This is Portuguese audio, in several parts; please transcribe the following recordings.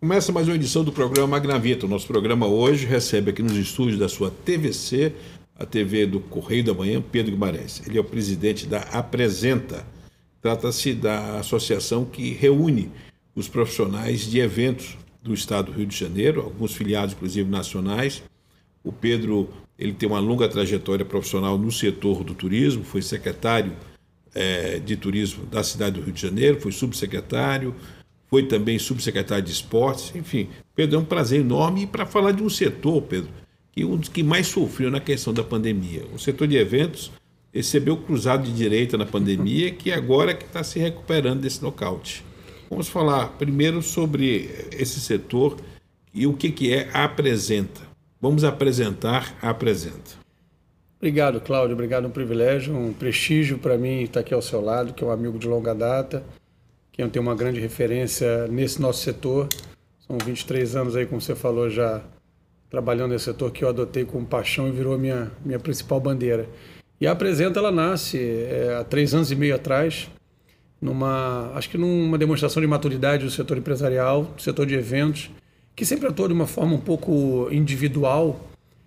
Começa mais uma edição do programa Magnavita. O nosso programa hoje recebe aqui nos estúdios da sua TVC, a TV do Correio da Manhã, Pedro Guimarães. Ele é o presidente da Apresenta. Trata-se da associação que reúne os profissionais de eventos do estado do Rio de Janeiro, alguns filiados, inclusive, nacionais. O Pedro, ele tem uma longa trajetória profissional no setor do turismo, foi secretário de turismo da cidade do Rio de Janeiro, foi subsecretário, foi também subsecretário de esportes. Enfim, Pedro, é um prazer enorme para falar de um setor, Pedro, que um dos que mais sofreu na questão da pandemia. O setor de eventos recebeu o cruzado de direita na pandemia, que agora que está se recuperando desse nocaute. Vamos falar primeiro sobre esse setor e o que é a Apresenta. Vamos apresentar a Apresenta. Obrigado, Cláudio. Obrigado, um privilégio, um prestígio para mim estar aqui ao seu lado, que é um amigo de longa data, que eu tenho uma grande referência nesse nosso setor. São 23 anos aí, como você falou, já trabalhando nesse setor que eu adotei com paixão e virou minha principal bandeira. E a Apresenta, ela nasce há 3 anos e meio atrás, acho que numa demonstração de maturidade do setor empresarial, do setor de eventos, que sempre atuou de uma forma um pouco individual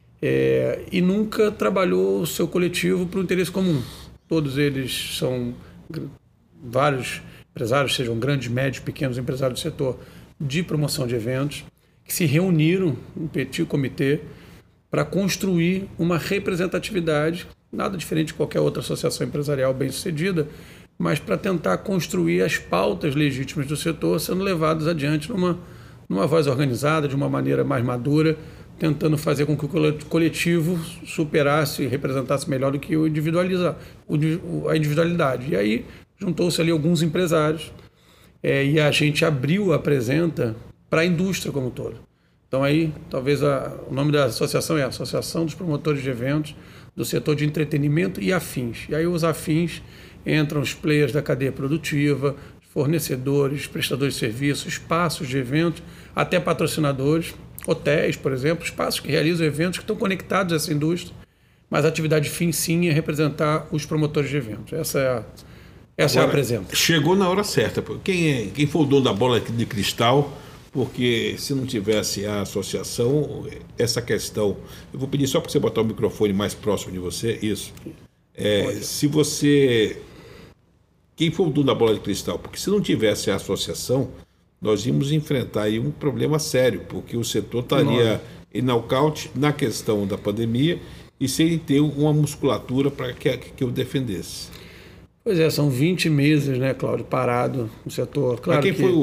e nunca trabalhou o seu coletivo para o interesse comum. Todos eles são vários empresários, sejam grandes, médios, pequenos empresários do setor de promoção de eventos, que se reuniram em petit comitê para construir uma representatividade, nada diferente de qualquer outra associação empresarial bem-sucedida, mas para tentar construir as pautas legítimas do setor sendo levadas adiante numa voz organizada, de uma maneira mais madura, tentando fazer com que o coletivo superasse e representasse melhor do que a individualidade. E aí juntou-se ali alguns empresários e a gente abriu a Apresenta para a indústria como um todo. Então aí, talvez o nome da associação é a Associação dos Promotores de Eventos do setor de entretenimento e afins. E aí os afins entram os players da cadeia produtiva, fornecedores, prestadores de serviços, espaços de eventos, até patrocinadores, hotéis, por exemplo, espaços que realizam eventos que estão conectados a essa indústria, mas a atividade fim sim é representar os promotores de eventos. Essa é a Apresenta. Chegou na hora certa. Quem foi o dono da bola de cristal? Porque se não tivesse a associação, essa questão... Eu vou pedir só para você botar o microfone mais próximo de você. Isso. Se você... Quem foi o dono da bola de cristal? Porque se não tivesse a associação, nós íamos enfrentar aí um problema sério, porque o setor estaria em nocaute na questão da pandemia e sem ter uma musculatura para que eu defendesse. Pois é, são 20 meses, né, Cláudio, parado no setor. Claro. Mas quem foi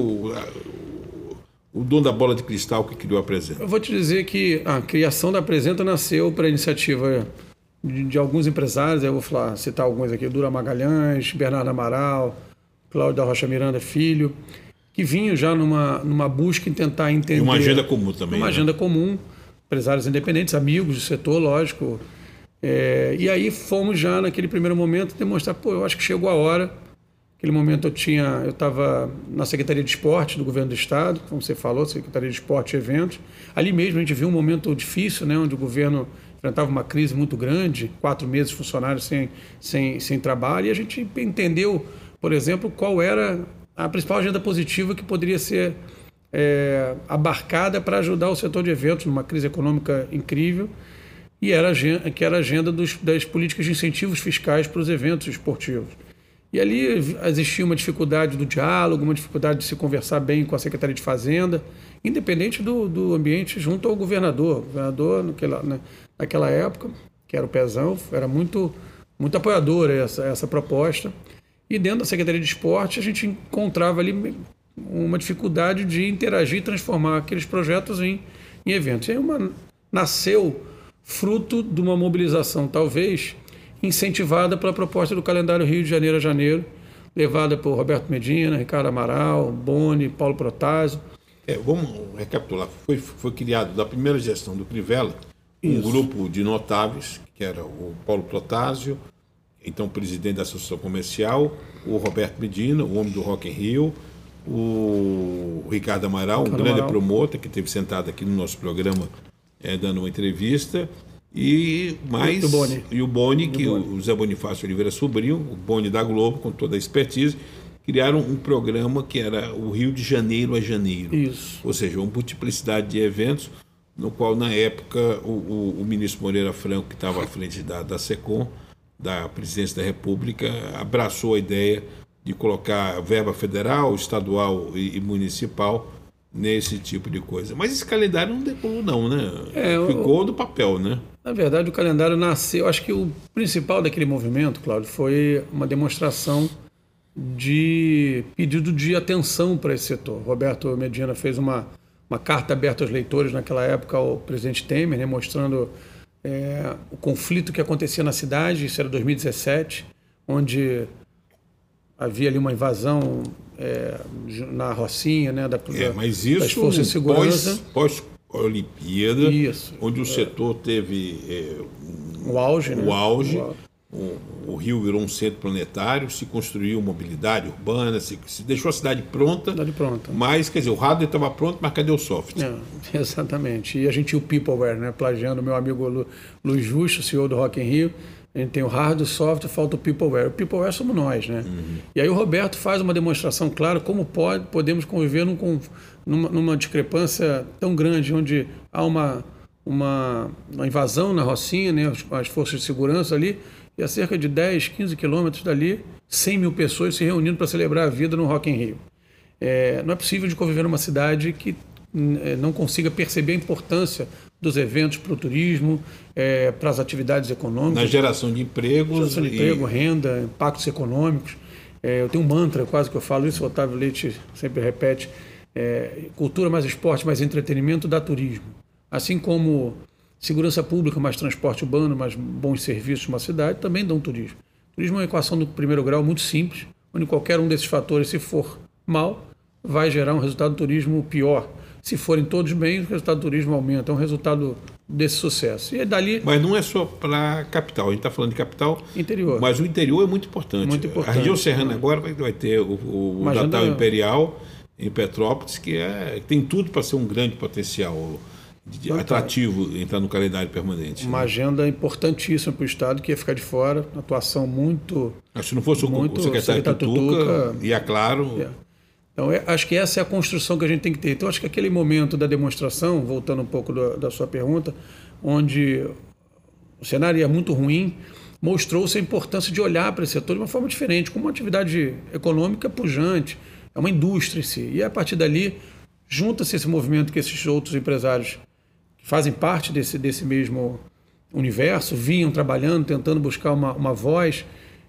o dono da bola de cristal que criou a Apresenta? Eu vou te dizer que a criação da Apresenta nasceu para a iniciativa de alguns empresários. Eu vou citar alguns aqui: Dura Magalhães, Bernardo Amaral, Cláudio da Rocha Miranda Filho, que vinham já numa busca em tentar entender... E uma agenda comum também. Uma agenda comum, empresários independentes, amigos do setor, lógico. E aí fomos já, naquele primeiro momento, demonstrar, eu acho que chegou a hora. Naquele momento eu estava na Secretaria de Esporte do Governo do Estado, como você falou, Secretaria de Esporte e Eventos. Ali mesmo a gente viu um momento difícil, né, onde o governo enfrentava uma crise muito grande, 4 meses funcionários sem trabalho, e a gente entendeu, por exemplo, qual era a principal agenda positiva que poderia ser abarcada para ajudar o setor de eventos numa crise econômica incrível, e que era a agenda das políticas de incentivos fiscais para os eventos esportivos. E ali existia uma dificuldade do diálogo, uma dificuldade de se conversar bem com a Secretaria de Fazenda, independente do ambiente junto ao governador. O governador, naquela época, que era o Pezão, era muito apoiador essa proposta. E dentro da Secretaria de Esporte a gente encontrava ali uma dificuldade de interagir e transformar aqueles projetos em eventos. E aí nasceu fruto de uma mobilização, talvez, incentivada pela proposta do calendário Rio de Janeiro a Janeiro, levada por Roberto Medina, Ricardo Amaral, Boni, Paulo Protásio. Vamos recapitular. Foi criado, da primeira gestão do Crivella, um grupo de notáveis, que era o Paulo Protásio, então presidente da Associação Comercial, o Roberto Medina, o homem do Rock in Rio, o Ricardo Amaral, um grande promotor, que esteve sentado aqui no nosso programa dando uma entrevista, e o Boni, que o Zé Bonifácio Oliveira Sobrinho, o Boni da Globo, com toda a expertise, criaram um programa que era o Rio de Janeiro a Janeiro. Isso. Ou seja, uma multiplicidade de eventos, no qual, na época, o ministro Moreira Franco, que estava à frente da SECOM, da Presidência da República, abraçou a ideia de colocar verba federal, estadual e municipal nesse tipo de coisa. Mas esse calendário não decolou não, né? Ficou do papel, né? Na verdade, o calendário nasceu... Acho que o principal daquele movimento, Cláudio, foi uma demonstração de pedido de atenção para esse setor. Roberto Medina fez uma carta aberta aos leitores naquela época ao presidente Temer, né, mostrando o conflito que acontecia na cidade. Isso era 2017, onde havia ali uma invasão na Rocinha, né, mas isso das forças de segurança. Pós-Olimpíada, onde o setor teve o auge. O auge. O Rio virou um centro planetário, se construiu mobilidade urbana, se deixou a cidade pronta. Mas, quer dizer, o hardware estava pronto, mas cadê o software? Exatamente. E a gente tinha o Peopleware, né? Plagiando o meu amigo Luiz Justo, CEO do Rock in Rio. A gente tem o hardware, o software, falta o Peopleware. O Peopleware somos nós, né? Uhum. E aí o Roberto faz uma demonstração clara como podemos conviver numa discrepância tão grande, onde há uma invasão na Rocinha, né? As forças de segurança ali, e a cerca de 10, 15 quilômetros dali, 100 mil pessoas se reunindo para celebrar a vida no Rock in Rio. Não é possível de conviver numa cidade que não consiga perceber a importância dos eventos para o turismo, para as atividades econômicas. Na geração de empregos. Renda, impactos econômicos. Eu tenho um mantra, quase que eu falo isso, o Otávio Leite sempre repete, cultura mais esporte, mais entretenimento dá turismo. Assim como segurança pública, mais transporte urbano, mais bons serviços de uma cidade, também dão turismo. Turismo é uma equação do primeiro grau muito simples, onde qualquer um desses fatores, se for mal, vai gerar um resultado do turismo pior. Se forem todos bem, o resultado do turismo aumenta. É um resultado desse sucesso. E dali... Mas não é só para a capital. A gente está falando de capital. Interior. Mas o interior é muito importante. Muito importante. A região serrana agora vai ter o Natal Imperial em Petrópolis, que tem tudo para ser um grande potencial atrativo entrar no calendário permanente. Uma agenda importantíssima para o Estado, que ia ficar de fora, atuação muito... Se não fosse o secretário Tutuca, ia claro... Então, acho que essa é a construção que a gente tem que ter. Então, acho que aquele momento da demonstração, voltando um pouco da sua pergunta, onde o cenário é muito ruim, mostrou-se a importância de olhar para esse setor de uma forma diferente, como uma atividade econômica pujante, é uma indústria em si. E a partir dali, junta-se esse movimento que esses outros empresários que fazem parte desse mesmo universo, vinham trabalhando, tentando buscar uma voz,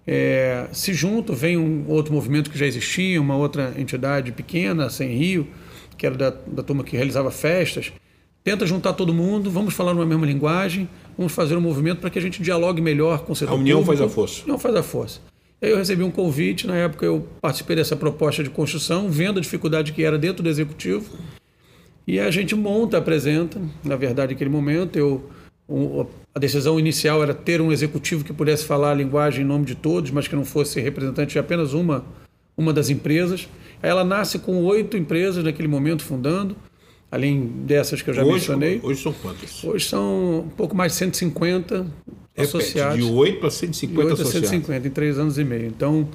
se juntam, vem um outro movimento que já existia, uma outra entidade pequena, Sem Rio, que era da turma que realizava festas, tenta juntar todo mundo, vamos falar numa mesma linguagem, vamos fazer um movimento para que a gente dialogue melhor com o setor público. A união faz a força. A união faz a força. E aí eu recebi um convite, na época eu participei dessa proposta de construção, vendo a dificuldade que era dentro do executivo, e a gente apresenta, na verdade, naquele momento, a decisão inicial era ter um executivo que pudesse falar a linguagem em nome de todos, mas que não fosse representante de apenas uma das empresas. Aí ela nasce com 8 empresas naquele momento fundando, além dessas que eu já mencionei. Hoje são quantas? Hoje são um pouco mais de 150 associados. De 8 para 150 associados. 150 em 3 anos e meio. Então,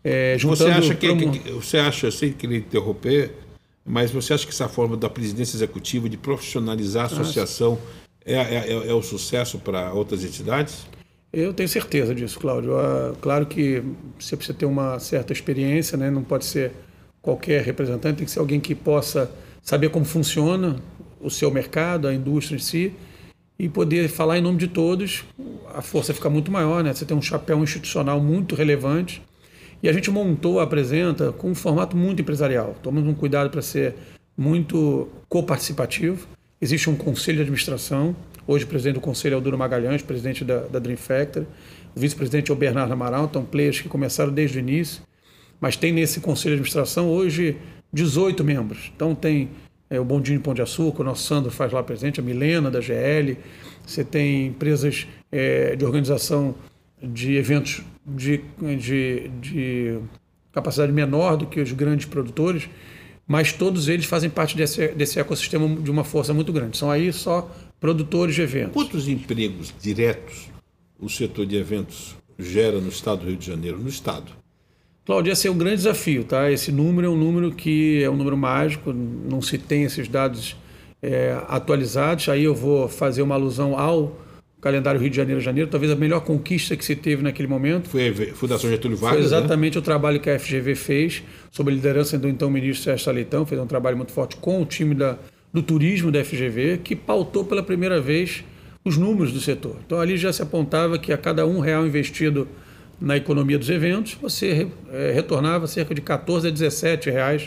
Você acha, sem querer interromper, mas você acha que essa forma da presidência executiva de profissionalizar a associação é o sucesso para outras entidades? Eu tenho certeza disso, Cláudio. Claro que você precisa ter uma certa experiência, né? Não pode ser qualquer representante, tem que ser alguém que possa saber como funciona o seu mercado, a indústria em si, e poder falar em nome de todos. A força fica muito maior, né? Você tem um chapéu institucional muito relevante. E a gente montou a Apresenta com um formato muito empresarial. Tomamos um cuidado para ser muito coparticipativo. Existe um conselho de administração. Hoje o presidente do conselho é o Duro Magalhães, presidente da Dream Factory. O vice-presidente é o Bernardo Amaral. Então, players que começaram desde o início. Mas tem nesse conselho de administração hoje 18 membros. Então tem o Bondinho de Pão de Açúcar, o nosso Sandro faz lá presente, a Milena da GL. Você tem empresas de organização de eventos de capacidade menor do que os grandes produtores, mas todos eles fazem parte desse ecossistema de uma força muito grande. São aí só produtores de eventos. Quantos empregos diretos o setor de eventos gera no estado do Rio de Janeiro? No estado? Cláudio, esse é um grande desafio, tá? Esse número é um número que é um número mágico, não se tem esses dados atualizados. Aí eu vou fazer uma alusão ao calendário Rio de Janeiro, talvez a melhor conquista que se teve naquele momento. Foi a Fundação Getúlio Vargas, foi exatamente, né? O trabalho que a FGV fez, sob a liderança do então ministro Sérgio Leitão, fez um trabalho muito forte com o time do turismo da FGV, que pautou pela primeira vez os números do setor. Então ali já se apontava que a cada R$1 investido na economia dos eventos, você retornava cerca de R$14 a R$17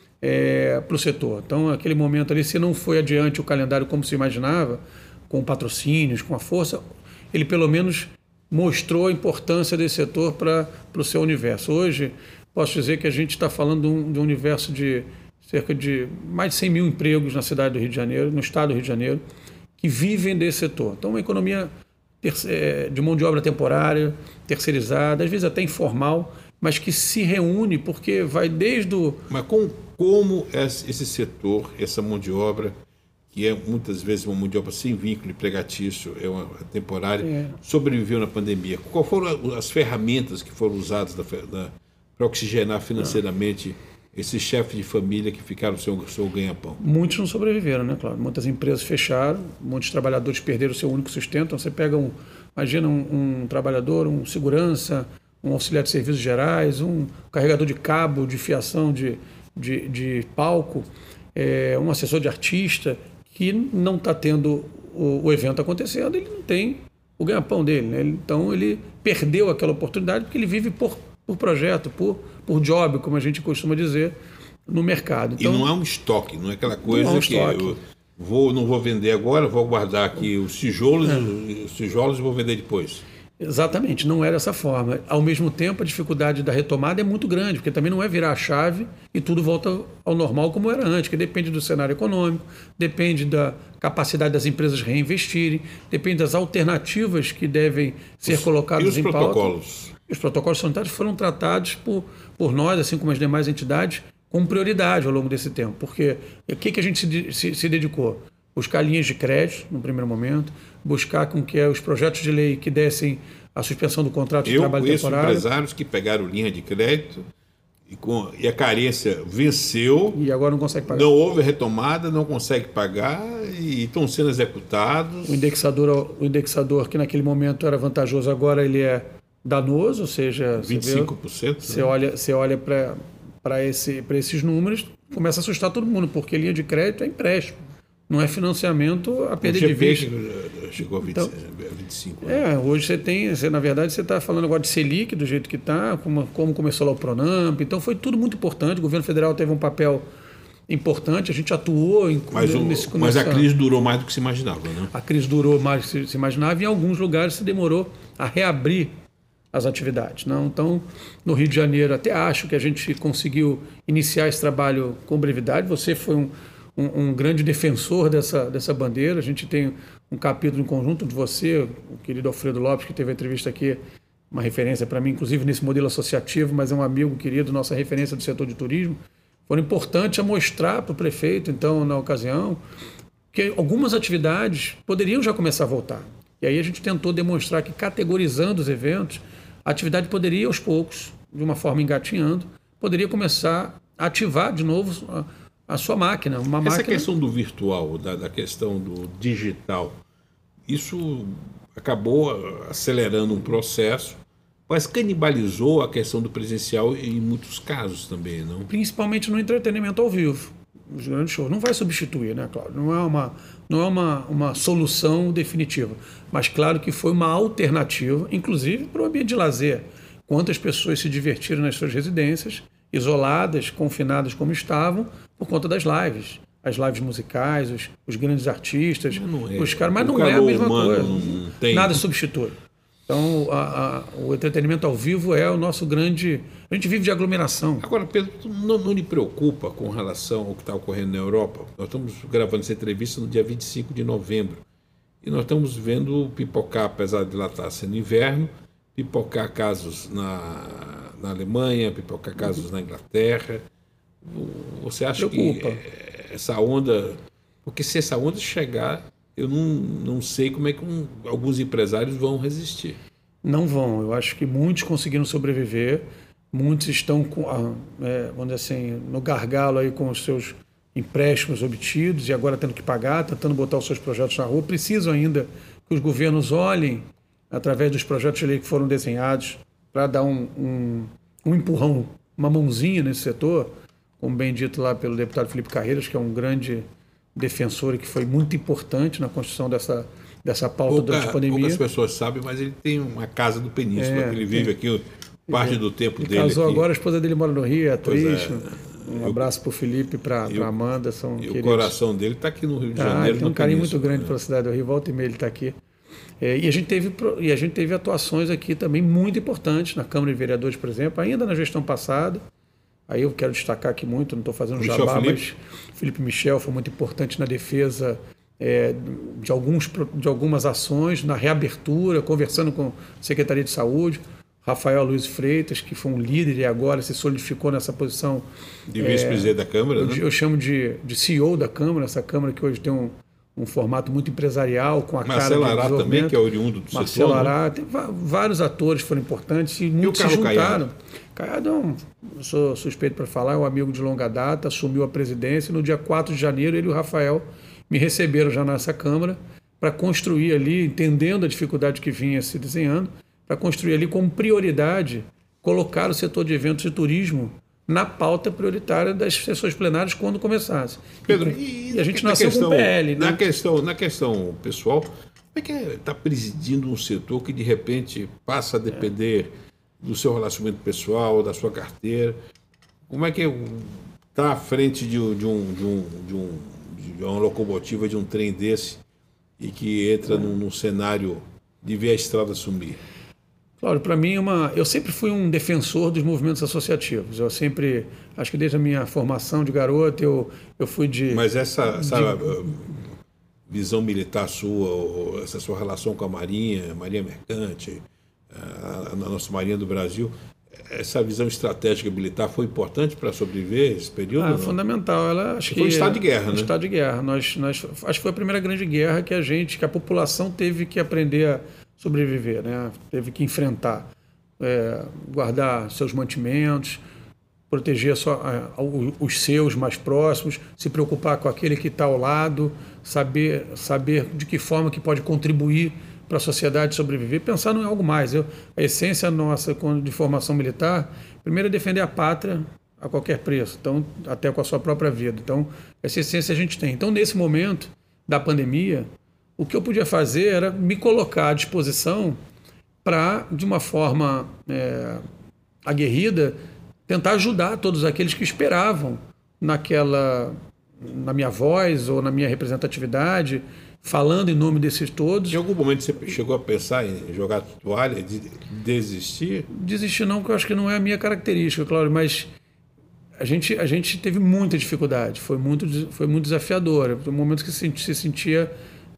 para o setor. Então, naquele momento ali, se não foi adiante o calendário como se imaginava, com patrocínios, com a força, ele pelo menos mostrou a importância desse setor para o seu universo. Hoje, posso dizer que a gente está falando de um universo de cerca de mais de 100 mil empregos na cidade do Rio de Janeiro, no estado do Rio de Janeiro, que vivem desse setor. Então, uma economia de mão de obra temporária, terceirizada, às vezes até informal, mas que se reúne porque vai desde o... Mas como esse setor, essa mão de obra, que é muitas vezes uma mão de obra sem vínculo empregatício, é uma temporária, sobreviveu na pandemia? Quais foram as ferramentas que foram usadas para oxigenar financeiramente esses chefes de família que ficaram sem o seu ganha-pão? Muitos não sobreviveram, né, claro? Muitas empresas fecharam, muitos trabalhadores perderam o seu único sustento. Então, você pega imagina um trabalhador, um segurança, um auxiliar de serviços gerais, um carregador de cabo, de fiação de palco, um assessor de artista, que não está tendo o evento acontecendo, ele não tem o ganha-pão dele, né? Então ele perdeu aquela oportunidade porque ele vive por projeto, por job, como a gente costuma dizer, no mercado. Então, e não é um estoque, não é aquela coisa que eu não vou vender agora, vou guardar aqui os tijolos e vou vender depois. Exatamente, não era dessa forma. Ao mesmo tempo, a dificuldade da retomada é muito grande, porque também não é virar a chave e tudo volta ao normal como era antes, que depende do cenário econômico, depende da capacidade das empresas reinvestirem, depende das alternativas que devem ser colocadas em pauta. E os protocolos? Os protocolos sanitários foram tratados por nós, assim como as demais entidades, com prioridade ao longo desse tempo. Porque o que a gente se dedicou? Buscar linhas de crédito, no primeiro momento, buscar com que os projetos de lei que dessem a suspensão do contrato de trabalho temporário. Eu conheço empresários que pegaram linha de crédito e a carência venceu. E agora não consegue pagar. Não houve retomada, não consegue pagar e estão sendo executados. O indexador que naquele momento era vantajoso, agora ele é danoso, ou seja... 25%. Você olha para esses números, começa a assustar todo mundo, porque linha de crédito é empréstimo. Não é financiamento a perder de vista. Chegou a 25. Hoje na verdade, você está falando agora de Selic, do jeito que está, como começou lá o Pronamp. Então, foi tudo muito importante. O governo federal teve um papel importante, a gente atuou... Mas a crise durou mais do que se imaginava, né? A crise durou mais do que se imaginava e em alguns lugares se demorou a reabrir as atividades. Não? Então, no Rio de Janeiro, até acho que a gente conseguiu iniciar esse trabalho com brevidade. Você foi um grande defensor dessa bandeira. A gente tem um capítulo em conjunto de você, o querido Alfredo Lopes, que teve a entrevista aqui, uma referência para mim, inclusive nesse modelo associativo, mas é um amigo querido, nossa referência do setor de turismo. Foram importantes a mostrar para o prefeito, então, na ocasião, que algumas atividades poderiam já começar a voltar. E aí a gente tentou demonstrar que, categorizando os eventos, a atividade poderia, aos poucos, de uma forma engatinhando, poderia começar a ativar de novo a sua máquina. Essa questão do virtual, da questão do digital, isso acabou acelerando um processo, mas canibalizou a questão do presencial em muitos casos também, não? Principalmente no entretenimento ao vivo. Os grandes shows. Não vai substituir, né, Cláudio? Não é uma solução definitiva. Mas claro que foi uma alternativa, inclusive para o ambiente de lazer. Quantas pessoas se divertiram nas suas residências, isoladas, confinadas como estavam, por conta das lives. As lives musicais, os grandes artistas, os caras, mas não é a mesma coisa. Nada substitui. Então, o entretenimento ao vivo é o nosso grande... A gente vive de aglomeração. Agora, Pedro, não lhe preocupa com relação ao que está ocorrendo na Europa? Nós estamos gravando essa entrevista no dia 25 de novembro. E nós estamos vendo pipocar, apesar de lá estar sendo inverno, pipocar casos na Alemanha, pipocar casos na Inglaterra. Você acha que essa onda... Porque se essa onda chegar... Eu não sei como é que alguns empresários vão resistir. Não vão. Eu acho que muitos conseguiram sobreviver. muitos estão, vamos dizer assim, no gargalo aí com os seus empréstimos obtidos e agora tendo que pagar, tentando botar os seus projetos na rua. Precisam ainda que os governos olhem, através dos projetos de lei que foram desenhados, para dar um empurrão, uma mãozinha nesse setor, como bem dito lá pelo deputado Felipe Carreiras, que é um grande defensor e que foi muito importante na construção dessa pauta durante a pandemia. Poucas pessoas sabem, mas ele tem uma casa do Península, que ele vive aqui parte do tempo dele. Casou aqui. agora, a esposa dele mora no Rio, é atriz. Um abraço para o Felipe e para a Amanda. São e queridos. O coração dele está aqui no Rio de Janeiro. Tem um carinho muito grande pela cidade do Rio, volta e meia ele está aqui. E a gente teve atuações aqui também muito importantes na Câmara de Vereadores, por exemplo, ainda na gestão passada. Aí eu quero destacar aqui muito, não estou fazendo jabá, mas Felipe Michel foi muito importante na defesa de algumas ações, na reabertura, conversando com a Secretaria de Saúde. Rafael Luiz Freitas, que foi um líder e agora se solidificou nessa posição de vice-presidente da Câmara, né? Eu chamo de CEO da Câmara, essa Câmara que hoje tem um formato muito empresarial, com a Marcelo cara de Ará também, que é oriundo do Marcelo setor. Ará, tem vários atores que foram importantes e muitos se juntaram. Caiado, eu sou suspeito para falar, é um amigo de longa data, assumiu a presidência. No dia 4 de janeiro, ele e o Rafael me receberam já nessa Câmara para construir ali, entendendo a dificuldade que vinha se desenhando, para construir ali como prioridade, colocar o setor de eventos e turismo na pauta prioritária das sessões plenárias quando começasse. Pedro, e a gente nasceu com o PL. Né? Na questão pessoal, como é que está presidindo um setor que de repente passa a depender do seu relacionamento pessoal, da sua carteira? Como é que está à frente de uma locomotiva, de um trem desse, e que entra num cenário de ver a estrada sumir? Cláudio, para mim, eu sempre fui um defensor dos movimentos associativos. Eu sempre, acho que desde a minha formação de garoto, eu fui de... Mas essa visão militar sua, essa sua relação com a Marinha Mercante, a nossa Marinha do Brasil, essa visão estratégica militar foi importante para sobreviver esse período? É fundamental. Foi um estado de guerra, né? Estado de guerra. Acho que foi a primeira grande guerra que a população teve que aprender a sobreviver, né? Teve que enfrentar, guardar seus mantimentos, proteger os seus mais próximos, se preocupar com aquele que está ao lado, saber de que forma que pode contribuir para a sociedade sobreviver, pensar em algo mais. A essência nossa de formação militar, primeiro é defender a pátria a qualquer preço, então, até com a sua própria vida. Então, essa essência a gente tem. Então, nesse momento da pandemia, o que eu podia fazer era me colocar à disposição para, de uma forma aguerrida, tentar ajudar todos aqueles que esperavam na minha voz ou na minha representatividade, falando em nome desses todos. Em algum momento você chegou a pensar em jogar toalha, desistir? Desistir não, porque eu acho que não é a minha característica, Cláudio, mas a gente teve muita dificuldade, foi muito desafiador. Foi um momento que se sentia...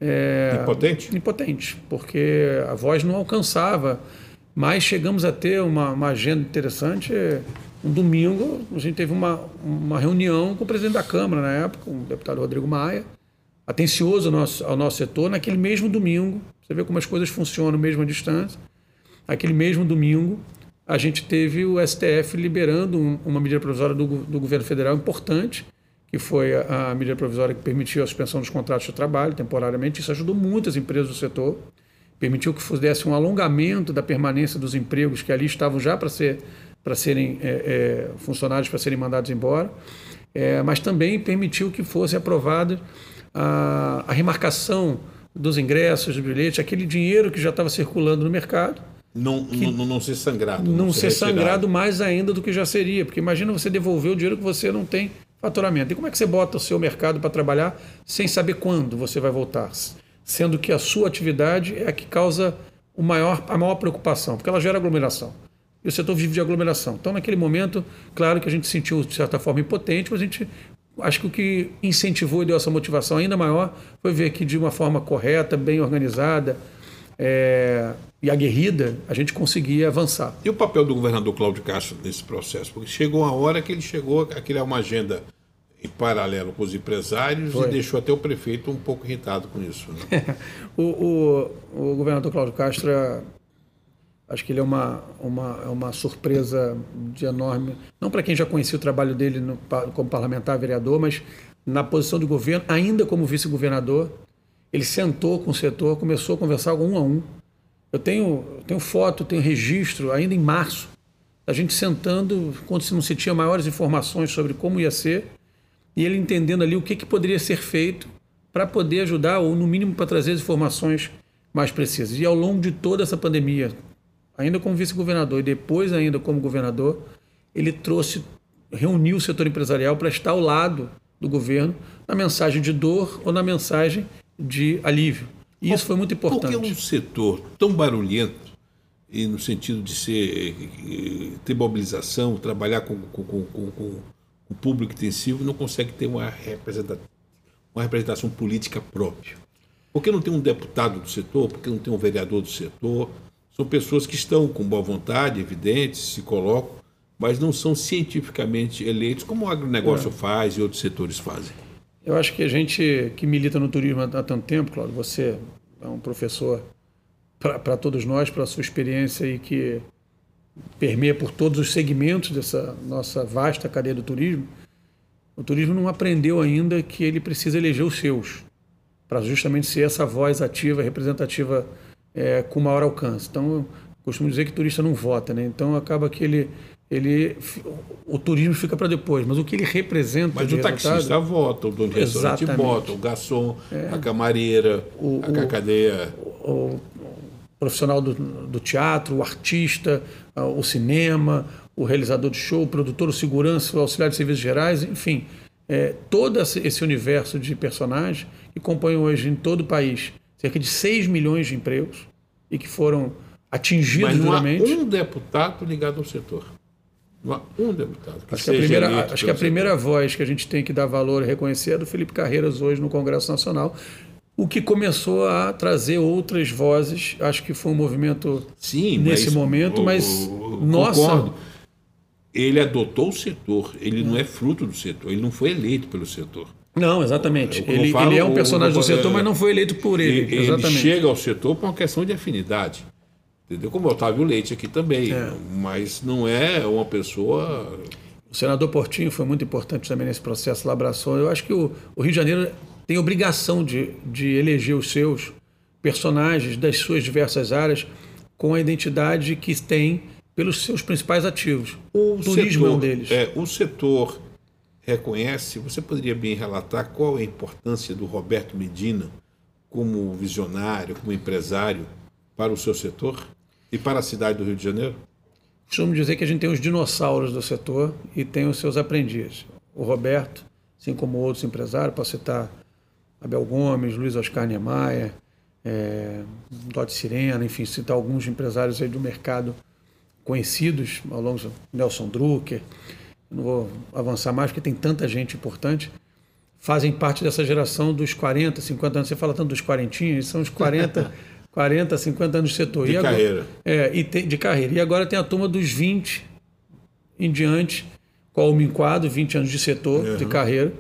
Impotente, porque a voz não alcançava, mas chegamos a ter uma agenda interessante. Um domingo, a gente teve uma reunião com o presidente da Câmara, na época, o deputado Rodrigo Maia, atencioso ao nosso setor. Naquele mesmo domingo, você vê como as coisas funcionam mesmo à distância, naquele mesmo domingo, a gente teve o STF liberando uma medida provisória do governo federal importante, que foi a medida provisória que permitiu a suspensão dos contratos de trabalho temporariamente. Isso ajudou muitas empresas do setor, permitiu que desse um alongamento da permanência dos empregos que ali estavam já para serem funcionários para serem mandados embora, mas também permitiu que fosse aprovada a remarcação dos ingressos, dos bilhetes, aquele dinheiro que já estava circulando no mercado. Não ser sangrado. Não ser sangrado mais ainda do que já seria, porque imagina você devolver o dinheiro que você não tem faturamento. E como é que você bota o seu mercado para trabalhar sem saber quando você vai voltar? Sendo que a sua atividade é a que causa a maior preocupação, porque ela gera aglomeração. E o setor vive de aglomeração. Então, naquele momento, claro que a gente se sentiu, de certa forma, impotente, mas acho que o que incentivou e deu essa motivação ainda maior foi ver que, de uma forma correta, bem organizada e aguerrida, a gente conseguia avançar. E o papel do governador Cláudio Castro nesse processo? Porque chegou uma hora que ele chegou a criar uma agenda em paralelo com os empresários e deixou até o prefeito um pouco irritado com isso. Né? O governador Cláudio Castro, Acho que ele é uma surpresa de enorme, não para quem já conhecia o trabalho dele como parlamentar, vereador, mas na posição de governo, ainda como vice-governador. Ele sentou com o setor, começou a conversar um a um. Eu tenho foto, tenho registro, ainda em março, a gente sentando, quando não se tinha maiores informações sobre como ia ser, e ele entendendo ali o que poderia ser feito para poder ajudar, ou no mínimo para trazer as informações mais precisas. E ao longo de toda essa pandemia, ainda como vice-governador e depois ainda como governador, ele reuniu o setor empresarial para estar ao lado do governo na mensagem de dor ou na mensagem de alívio. E isso foi muito importante. Porque é um setor tão barulhento, e no sentido de ter mobilização, trabalhar com o público intensivo, não consegue ter uma representação política própria? Por que não tem um deputado do setor? Por que não tem um vereador do setor? São pessoas que estão com boa vontade, evidentes, se colocam, mas não são cientificamente eleitos, como o agronegócio faz e outros setores fazem. Eu acho que a gente que milita no turismo há tanto tempo, Cláudio, você é um professor para todos nós, pela sua experiência e que permeia por todos os segmentos dessa nossa vasta cadeia do turismo. O turismo não aprendeu ainda que ele precisa eleger os seus, para justamente ser essa voz ativa, representativa, com maior alcance. Então, eu costumo dizer que o turista não vota, né? Então, acaba que o turismo fica para depois, mas o que ele representa... Mas o taxista vota, o dono de restaurante vota, o garçom, a camareira, a cacadeia... O profissional do teatro, o artista, o cinema, o realizador de show, o produtor, o segurança, o auxiliar de serviços gerais, enfim, todo esse universo de personagens que compõem hoje em todo o país cerca de 6 milhões de empregos e que foram atingidos duramente. Mas não há um deputado ligado ao setor. Não há um deputado que acho que a primeira voz que a gente tem que dar valor e reconhecer é do Felipe Carreiras hoje no Congresso Nacional, o que começou a trazer outras vozes. Acho que foi um movimento nesse momento, mas concordo. Ele adotou o setor, ele não é fruto do setor, ele não foi eleito pelo setor. Não, exatamente. Ele é um personagem do setor, mas não foi eleito por ele. Ele chega ao setor por uma questão de afinidade. Entendeu? Como o Otávio Leite aqui também, mas não é uma pessoa... O senador Portinho foi muito importante também nesse processo de elaboração. Eu acho que o Rio de Janeiro tem obrigação de eleger os seus personagens das suas diversas áreas com a identidade que tem pelos seus principais ativos. O turismo é um deles. O setor reconhece, você poderia bem relatar qual é a importância do Roberto Medina como visionário, como empresário para o seu setor e para a cidade do Rio de Janeiro? Costumo dizer que a gente tem os dinossauros do setor e tem os seus aprendizes. O Roberto, assim como outros empresários, posso citar Abel Gomes, Luiz Oscar Niemeyer, Dodge Sirena, enfim, citar alguns empresários aí do mercado conhecidos ao longo do Nelson Drucker. Não vou avançar mais porque tem tanta gente importante. Fazem parte dessa geração dos 40, 50 anos. Você fala tanto dos quarentinhos, eles são os 40, 50 anos de setor. De carreira. De carreira. E agora tem a turma dos 20 em diante, qual me enquadro, 20 anos de setor, de carreira,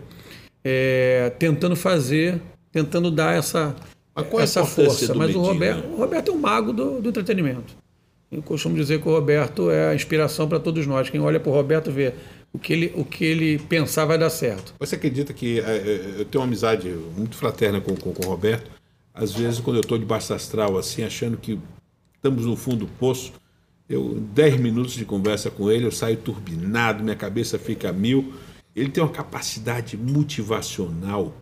tentando dar essa força. Mas o Roberto é um mago do entretenimento. Eu costumo dizer que o Roberto é a inspiração para todos nós. Quem olha para o Roberto vê o que ele pensar vai dar certo. Você acredita que eu tenho uma amizade muito fraterna com o Roberto? Às vezes, quando eu estou de baixo astral, assim, achando que estamos no fundo do poço, 10 minutos de conversa com ele, eu saio turbinado, minha cabeça fica a mil. Ele tem uma capacidade motivacional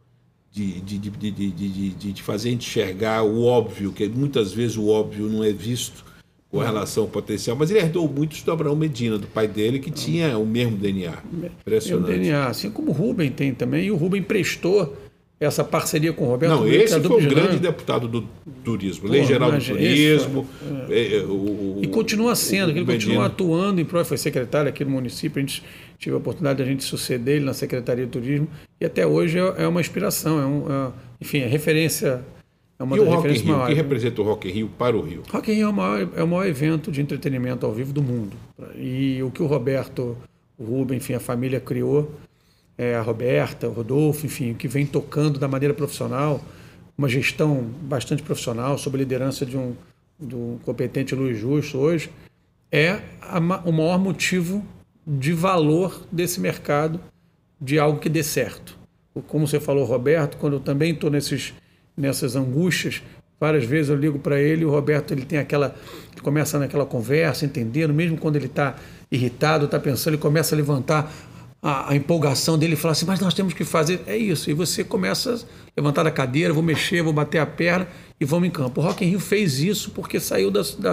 de fazer a gente enxergar o óbvio, que muitas vezes o óbvio não é visto com relação ao potencial, mas ele herdou muito do Abraão Medina, do pai dele, que tinha o mesmo DNA. Impressionante. O DNA, assim como o Rubem tem também, e o Rubem prestou essa parceria com o Roberto. Não, esse foi o grande deputado do turismo, Lei Geral do Turismo. E continua sendo, ele continua atuando em prol, foi secretário aqui no município, a gente tive a oportunidade de a gente suceder ele na Secretaria de Turismo, e até hoje é uma inspiração, enfim, é referência. E o Rock in Rio, o que representa o Rock in Rio para o Rio? Rock in Rio é o maior evento de entretenimento ao vivo do mundo. E o que o Roberto, o Rubem, enfim, a família criou, a Roberta, o Rodolfo, enfim, o que vem tocando da maneira profissional, uma gestão bastante profissional, sob a liderança de um do competente Luiz Justo hoje, é o maior motivo de valor desse mercado, de algo que dê certo. Como você falou, Roberto, quando eu também estou nessas angústias, várias vezes eu ligo para ele, o Roberto ele começa naquela conversa, entendendo, mesmo quando ele está irritado, está pensando, ele começa a levantar a empolgação dele e fala assim, mas nós temos que fazer, é isso, e você começa a levantar da cadeira, vou mexer, vou bater a perna e vamos em campo. O Rock in Rio fez isso porque saiu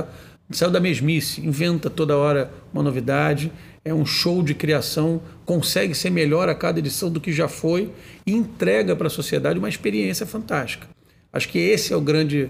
da mesmice, inventa toda hora uma novidade, é um show de criação, consegue ser melhor a cada edição do que já foi e entrega para a sociedade uma experiência fantástica. Acho que esse é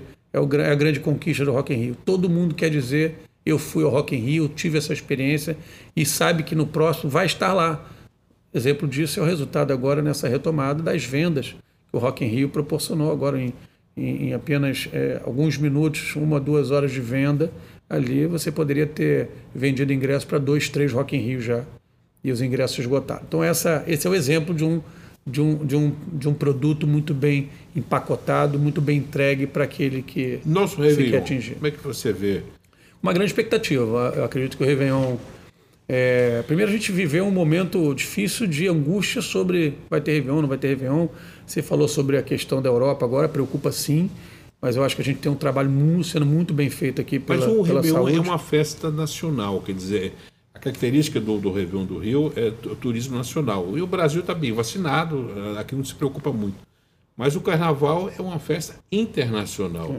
a grande conquista do Rock in Rio. Todo mundo quer dizer, eu fui ao Rock in Rio, tive essa experiência e sabe que no próximo vai estar lá. Exemplo disso é o resultado agora nessa retomada das vendas que o Rock in Rio proporcionou agora em apenas alguns minutos, 1 a 2 horas de venda. Ali você poderia ter vendido ingressos para 2, 3 Rock in Rio já e os ingressos esgotados. Então esse é o exemplo de um produto muito bem empacotado, muito bem entregue para aquele que você quer atingir. Como é que você vê? Uma grande expectativa. Eu acredito que o Réveillon... primeiro a gente viveu um momento difícil de angústia sobre vai ter Réveillon, não vai ter Réveillon. Você falou sobre a questão da Europa agora, preocupa sim, mas eu acho que a gente tem um trabalho sendo muito bem feito aqui pela saúde. Mas o Réveillon é uma festa nacional, quer dizer, a característica do Réveillon do Rio é o turismo nacional. E o Brasil está bem vacinado, aqui não se preocupa muito. Mas o Carnaval é uma festa internacional.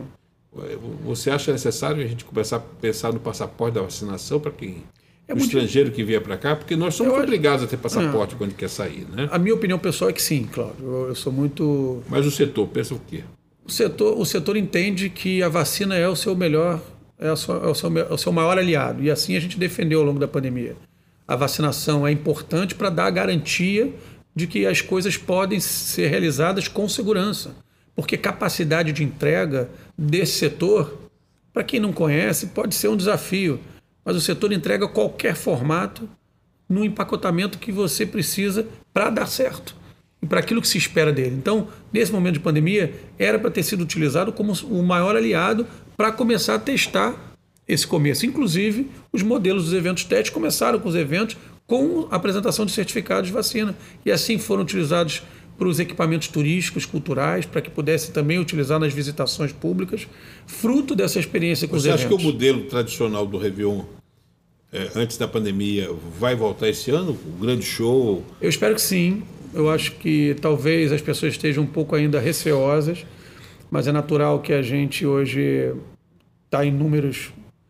Você acha necessário a gente começar a pensar no passaporte da vacinação para quem... o estrangeiro que vier para cá, porque nós somos obrigados a ter passaporte quando quer sair, né? A minha opinião pessoal é que sim, Cláudio. Eu sou muito... Mas o setor pensa o quê? O setor entende que a vacina é o seu melhor, é o seu maior aliado. E assim a gente defendeu ao longo da pandemia. A vacinação é importante para dar a garantia de que as coisas podem ser realizadas com segurança. Porque capacidade de entrega desse setor, para quem não conhece, pode ser um desafio. Mas o setor entrega qualquer formato no empacotamento que você precisa para dar certo e para aquilo que se espera dele. Então, nesse momento de pandemia, era para ter sido utilizado como o maior aliado para começar a testar esse começo. Inclusive, os modelos dos eventos testes começaram com os eventos com a apresentação de certificados de vacina e assim foram utilizados para os equipamentos turísticos, culturais, para que pudesse também utilizar nas visitações públicas, fruto dessa experiência com os eventos. Você acha que o modelo tradicional do Réveillon, antes da pandemia, vai voltar esse ano? O grande show? Eu espero que sim. Eu acho que talvez as pessoas estejam um pouco ainda receosas, mas é natural que a gente hoje está em números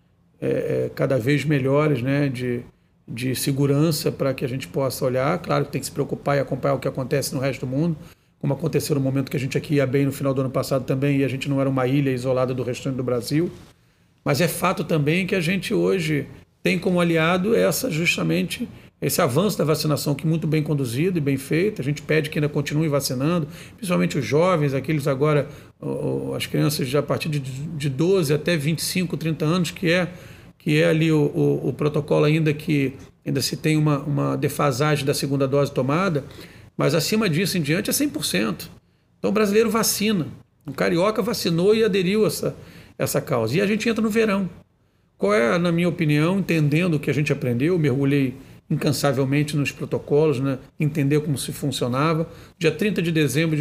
cada vez melhores, né, de segurança para que a gente possa olhar. Claro que tem que se preocupar e acompanhar o que acontece no resto do mundo, como aconteceu no momento que a gente aqui ia bem no final do ano passado também, e a gente não era uma ilha isolada do restante do Brasil. Mas é fato também que a gente hoje tem como aliado justamente esse avanço da vacinação, que é muito bem conduzido e bem feito. A gente pede que ainda continue vacinando, principalmente os jovens, aqueles agora, as crianças já a partir de 12 até 25, 30 anos, que é ali o protocolo ainda que ainda se tem uma defasagem da segunda dose tomada, mas acima disso em diante é 100%. Então o brasileiro vacina, o carioca vacinou e aderiu a essa causa. E a gente entra no verão. Qual é, na minha opinião, entendendo o que a gente aprendeu, mergulhei incansavelmente nos protocolos, né? Entender como se funcionava. Dia 30 de dezembro de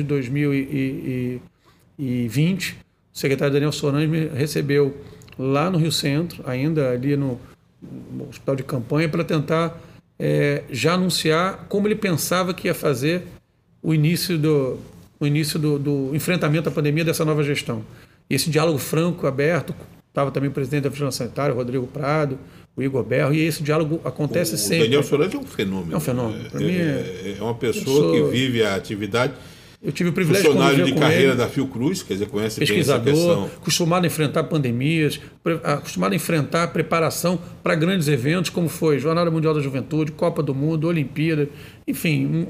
2020, o secretário Daniel Sorange me recebeu lá no Rio Centro, ainda ali no hospital de campanha, para tentar já anunciar como ele pensava que ia fazer o início do enfrentamento à pandemia dessa nova gestão. E esse diálogo franco, aberto, estava também o presidente da Vigilância Sanitária, o Rodrigo Prado, o Igor Berro, e esse diálogo acontece sempre. O Daniel Sorange é um fenômeno. É um fenômeno. Para mim é uma pessoa que vive a atividade. Eu tive o privilégio de funcionário de carreira da Fiocruz, quer dizer, conhece bem essa questão. Acostumado a enfrentar pandemias, acostumado a enfrentar preparação para grandes eventos, como foi Jornada Mundial da Juventude, Copa do Mundo, Olimpíada, enfim,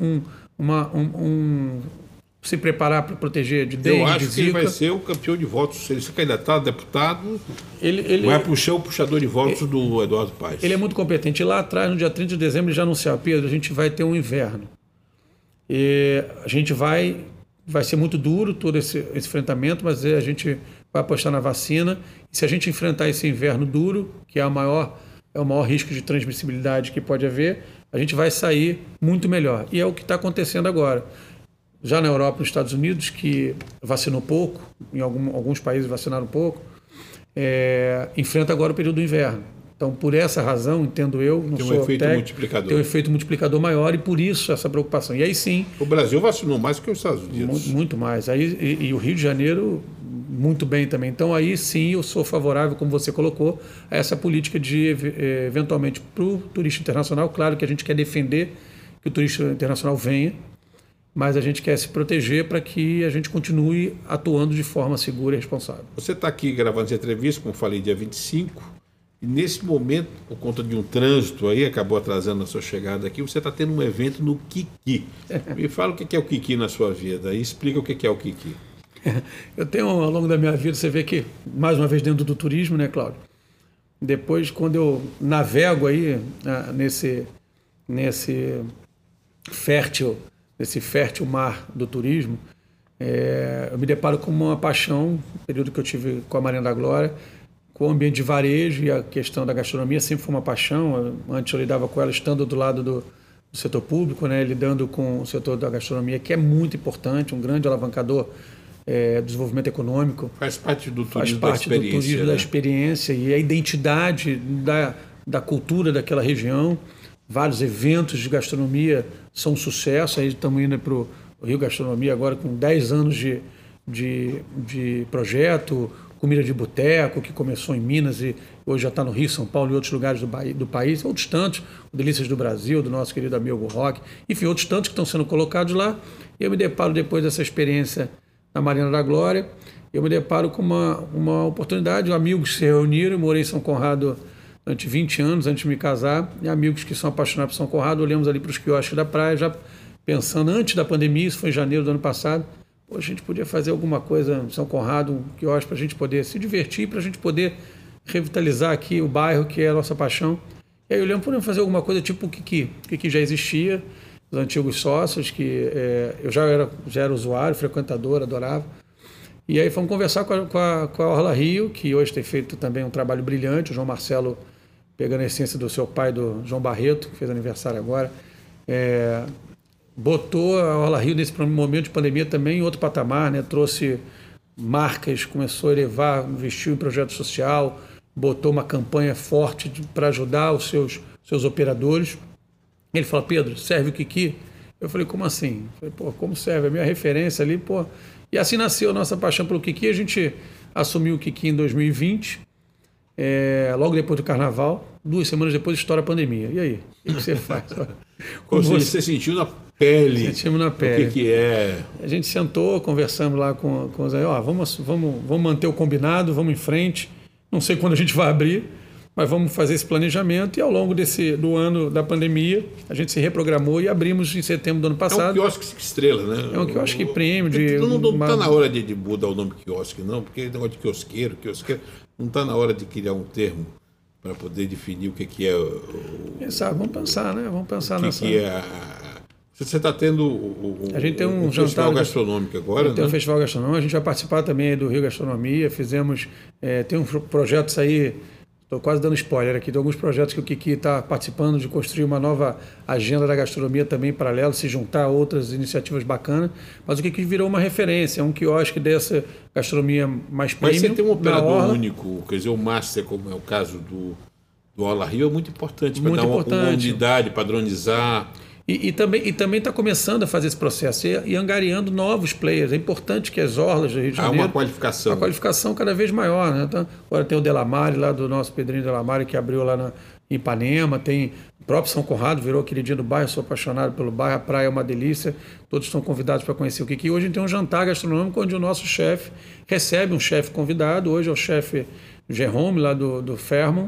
se preparar para proteger de dengue, eu acho de que zika. vai ser o campeão de votos. Se ele se candidatar a deputado, ele vai puxar o puxador de votos do Eduardo Paes. Ele é muito competente. E lá atrás, no dia 30 de dezembro, ele já anunciou: Pedro, a gente vai ter um inverno. E a gente vai ser muito duro todo esse enfrentamento, mas a gente vai apostar na vacina. E se a gente enfrentar esse inverno duro, que é o maior risco de transmissibilidade que pode haver, a gente vai sair muito melhor. E é o que está acontecendo agora. Já na Europa e nos Estados Unidos, que vacinou pouco, em alguns países vacinaram pouco, enfrenta agora o período do inverno. Então, por essa razão, entendo eu, não tem sou efeito técnico, multiplicador. Tem um efeito multiplicador maior e por isso essa preocupação. E aí sim... O Brasil vacinou mais que os Estados Unidos. Muito mais. E o Rio de Janeiro, muito bem também. Então, aí sim eu sou favorável, como você colocou, a essa política de, eventualmente, para o turista internacional. Claro que a gente quer defender que o turista internacional venha, mas a gente quer se proteger para que a gente continue atuando de forma segura e responsável. Você está aqui gravando essa entrevista, como falei, dia 25, e nesse momento, por conta de um trânsito aí, acabou atrasando a sua chegada aqui, você está tendo um evento no Kiki. Me fala o que é o Kiki na sua vida e explica o que é o Kiki. Eu tenho, ao longo da minha vida, você vê que, mais uma vez dentro do turismo, né, Cláudio? Depois, quando eu navego aí nesse fértil mar do turismo, eu me deparo com uma paixão, no período que eu tive com a Marina da Glória, com o ambiente de varejo e a questão da gastronomia sempre foi uma paixão. Antes eu lidava com ela estando do lado do setor público, né, lidando com o setor da gastronomia, que é muito importante, um grande alavancador do desenvolvimento econômico. Faz parte do turismo, faz parte do turismo, né? Da experiência e a identidade da cultura daquela região. Vários eventos de gastronomia são um sucesso. Aí estamos indo para o Rio Gastronomia agora com 10 anos de projeto. Comida de boteco, que começou em Minas e hoje já está no Rio, São Paulo e outros lugares do país, outros tantos, o Delícias do Brasil, do nosso querido amigo Rock, enfim, outros tantos que estão sendo colocados lá. E eu me deparo depois dessa experiência na Marina da Glória, eu me deparo com uma oportunidade, amigos se reuniram, eu morei em São Conrado durante 20 anos antes de me casar, e amigos que são apaixonados por São Conrado, olhamos ali para os quiosques da praia, já pensando antes da pandemia, isso foi em janeiro do ano passado, a gente podia fazer alguma coisa em São Conrado, um quiosque para a gente poder se divertir, para a gente poder revitalizar aqui o bairro, que é a nossa paixão. E aí olhamos, podemos fazer alguma coisa tipo o Kiki. O Kiki já existia, os antigos sócios, que eu já era usuário, frequentador, adorava. E aí fomos conversar com a Orla Rio, que hoje tem feito também um trabalho brilhante, o João Marcelo, pegando a essência do seu pai, do João Barreto, que fez aniversário agora, botou a Orla Rio nesse momento de pandemia também em outro patamar, né? Trouxe marcas, começou a elevar, investiu em projeto social, botou uma campanha forte para ajudar os seus operadores. Ele falou: Pedro, serve o Kiki? Eu falei: como assim? Eu falei: como serve? A minha referência ali, pô. E assim nasceu a nossa paixão pelo Kiki. A gente assumiu o Kiki em 2020, logo depois do Carnaval. 2 semanas depois estoura a pandemia. E aí? O que você faz? Você sentiu na pele? Sentimos na pele. O que é? A gente sentou, conversamos lá com os aí, vamos manter o combinado, vamos em frente. Não sei quando a gente vai abrir, mas vamos fazer esse planejamento. E ao longo do ano da pandemia, a gente se reprogramou e abrimos em setembro do ano passado. É um quiosque 5 estrelas, né? É um quiosque premium. Não está na hora de mudar o nome quiosque, não, porque negócio de quiosqueiro, não está na hora de criar um termo para poder definir o que é vamos pensar, né? Vamos pensar nessa... Você está tendo a gente tem um festival gastronômico agora, né? Tem um festival gastronômico, a gente vai participar também do Rio Gastronomia, tem uns projetos aí, estou quase dando spoiler aqui, tem alguns projetos que o Kiki está participando de construir uma nova agenda da gastronomia também paralelo, se juntar a outras iniciativas bacanas, mas o Kiki virou uma referência, é um quiosque dessa gastronomia mais premium. Mas você tem um operador único, quer dizer, o master, como é o caso do Orla Rio, é muito importante para dar uma unidade, padronizar. E também está começando a fazer esse processo e angariando novos players. É importante que as orlas do Rio de Janeiro... Há uma qualificação. Uma qualificação cada vez maior, né? Então, agora tem o Delamare, lá do nosso Pedrinho Delamare, que abriu lá em Ipanema. Tem o próprio São Conrado, virou queridinho do bairro. Sou apaixonado pelo bairro. A praia é uma delícia. Todos estão convidados para conhecer o Kiki. Hoje a gente tem um jantar gastronômico onde o nosso chefe recebe um chefe convidado. Hoje é o chefe Jerome, lá do Fairmont.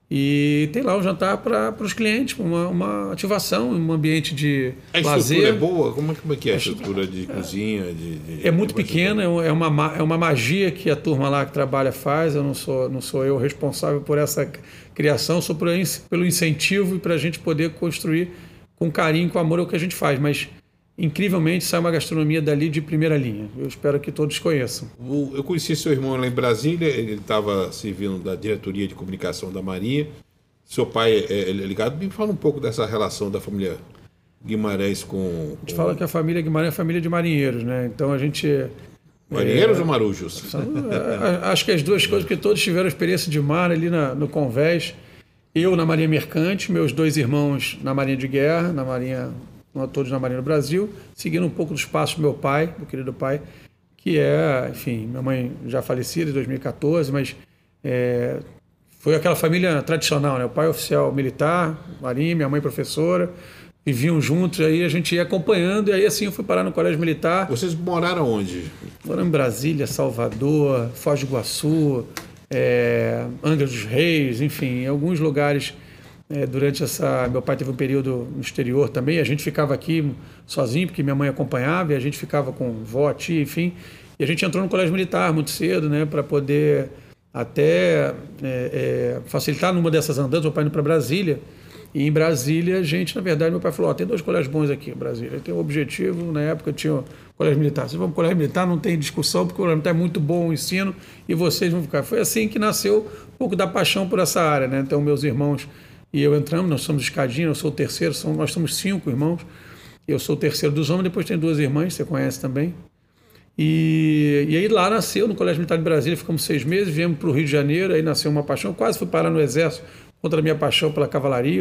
E tem lá um jantar para os clientes, uma ativação, um ambiente de lazer. A estrutura é boa? Como é que é a estrutura de cozinha? É muito pequena, é uma magia que a turma lá que trabalha faz. Eu não sou eu responsável por essa criação, sou pelo incentivo e para a gente poder construir com carinho, com amor, é o que a gente faz. Mas incrivelmente sai uma gastronomia dali de primeira linha. Eu espero que todos conheçam. Eu conheci seu irmão lá em Brasília, ele estava servindo da diretoria de comunicação da Marinha. Seu pai é ligado. Me fala um pouco dessa relação da família Guimarães com... A gente fala que a família Guimarães é a família de marinheiros, né? Então a gente... Marinheiros ou marujos? Acho que as duas coisas, porque todos tiveram experiência de mar ali no Convés. Eu na Marinha Mercante, meus 2 irmãos na Marinha de Guerra, todos na Marinha do Brasil, seguindo um pouco dos passos do meu pai, do querido pai, que enfim, minha mãe já falecida em 2014, mas foi aquela família tradicional, né? O pai oficial militar, Marinha, minha mãe professora, viviam juntos, aí a gente ia acompanhando, e aí assim eu fui parar no Colégio Militar. Vocês moraram onde? Moramos em Brasília, Salvador, Foz do Iguaçu, Angra dos Reis, enfim, em alguns lugares. Durante meu pai teve um período no exterior também, a gente ficava aqui sozinho, porque minha mãe acompanhava, e a gente ficava com vó, tia, enfim, e a gente entrou no Colégio Militar muito cedo, né, para poder até facilitar numa dessas andanças, meu pai indo para Brasília. E em Brasília, na verdade, meu pai falou, tem 2 colégios bons aqui em Brasília. Tem um objetivo, na época tinha o Colégio Militar. Vocês vão para o Colégio Militar, não tem discussão, porque o Colégio Militar é muito bom o ensino e vocês vão ficar. Foi assim que nasceu um pouco da paixão por essa área, né? Então, meus irmãos e eu entramos, nós somos escadinha, eu sou o terceiro, nós somos 5 irmãos. Eu sou o terceiro dos homens, depois tem 2 irmãs, você conhece também. E aí lá nasceu, no Colégio Militar de Brasília, ficamos 6 meses, viemos para o Rio de Janeiro, aí nasceu uma paixão, eu quase fui parar no Exército, contra a minha paixão pela cavalaria.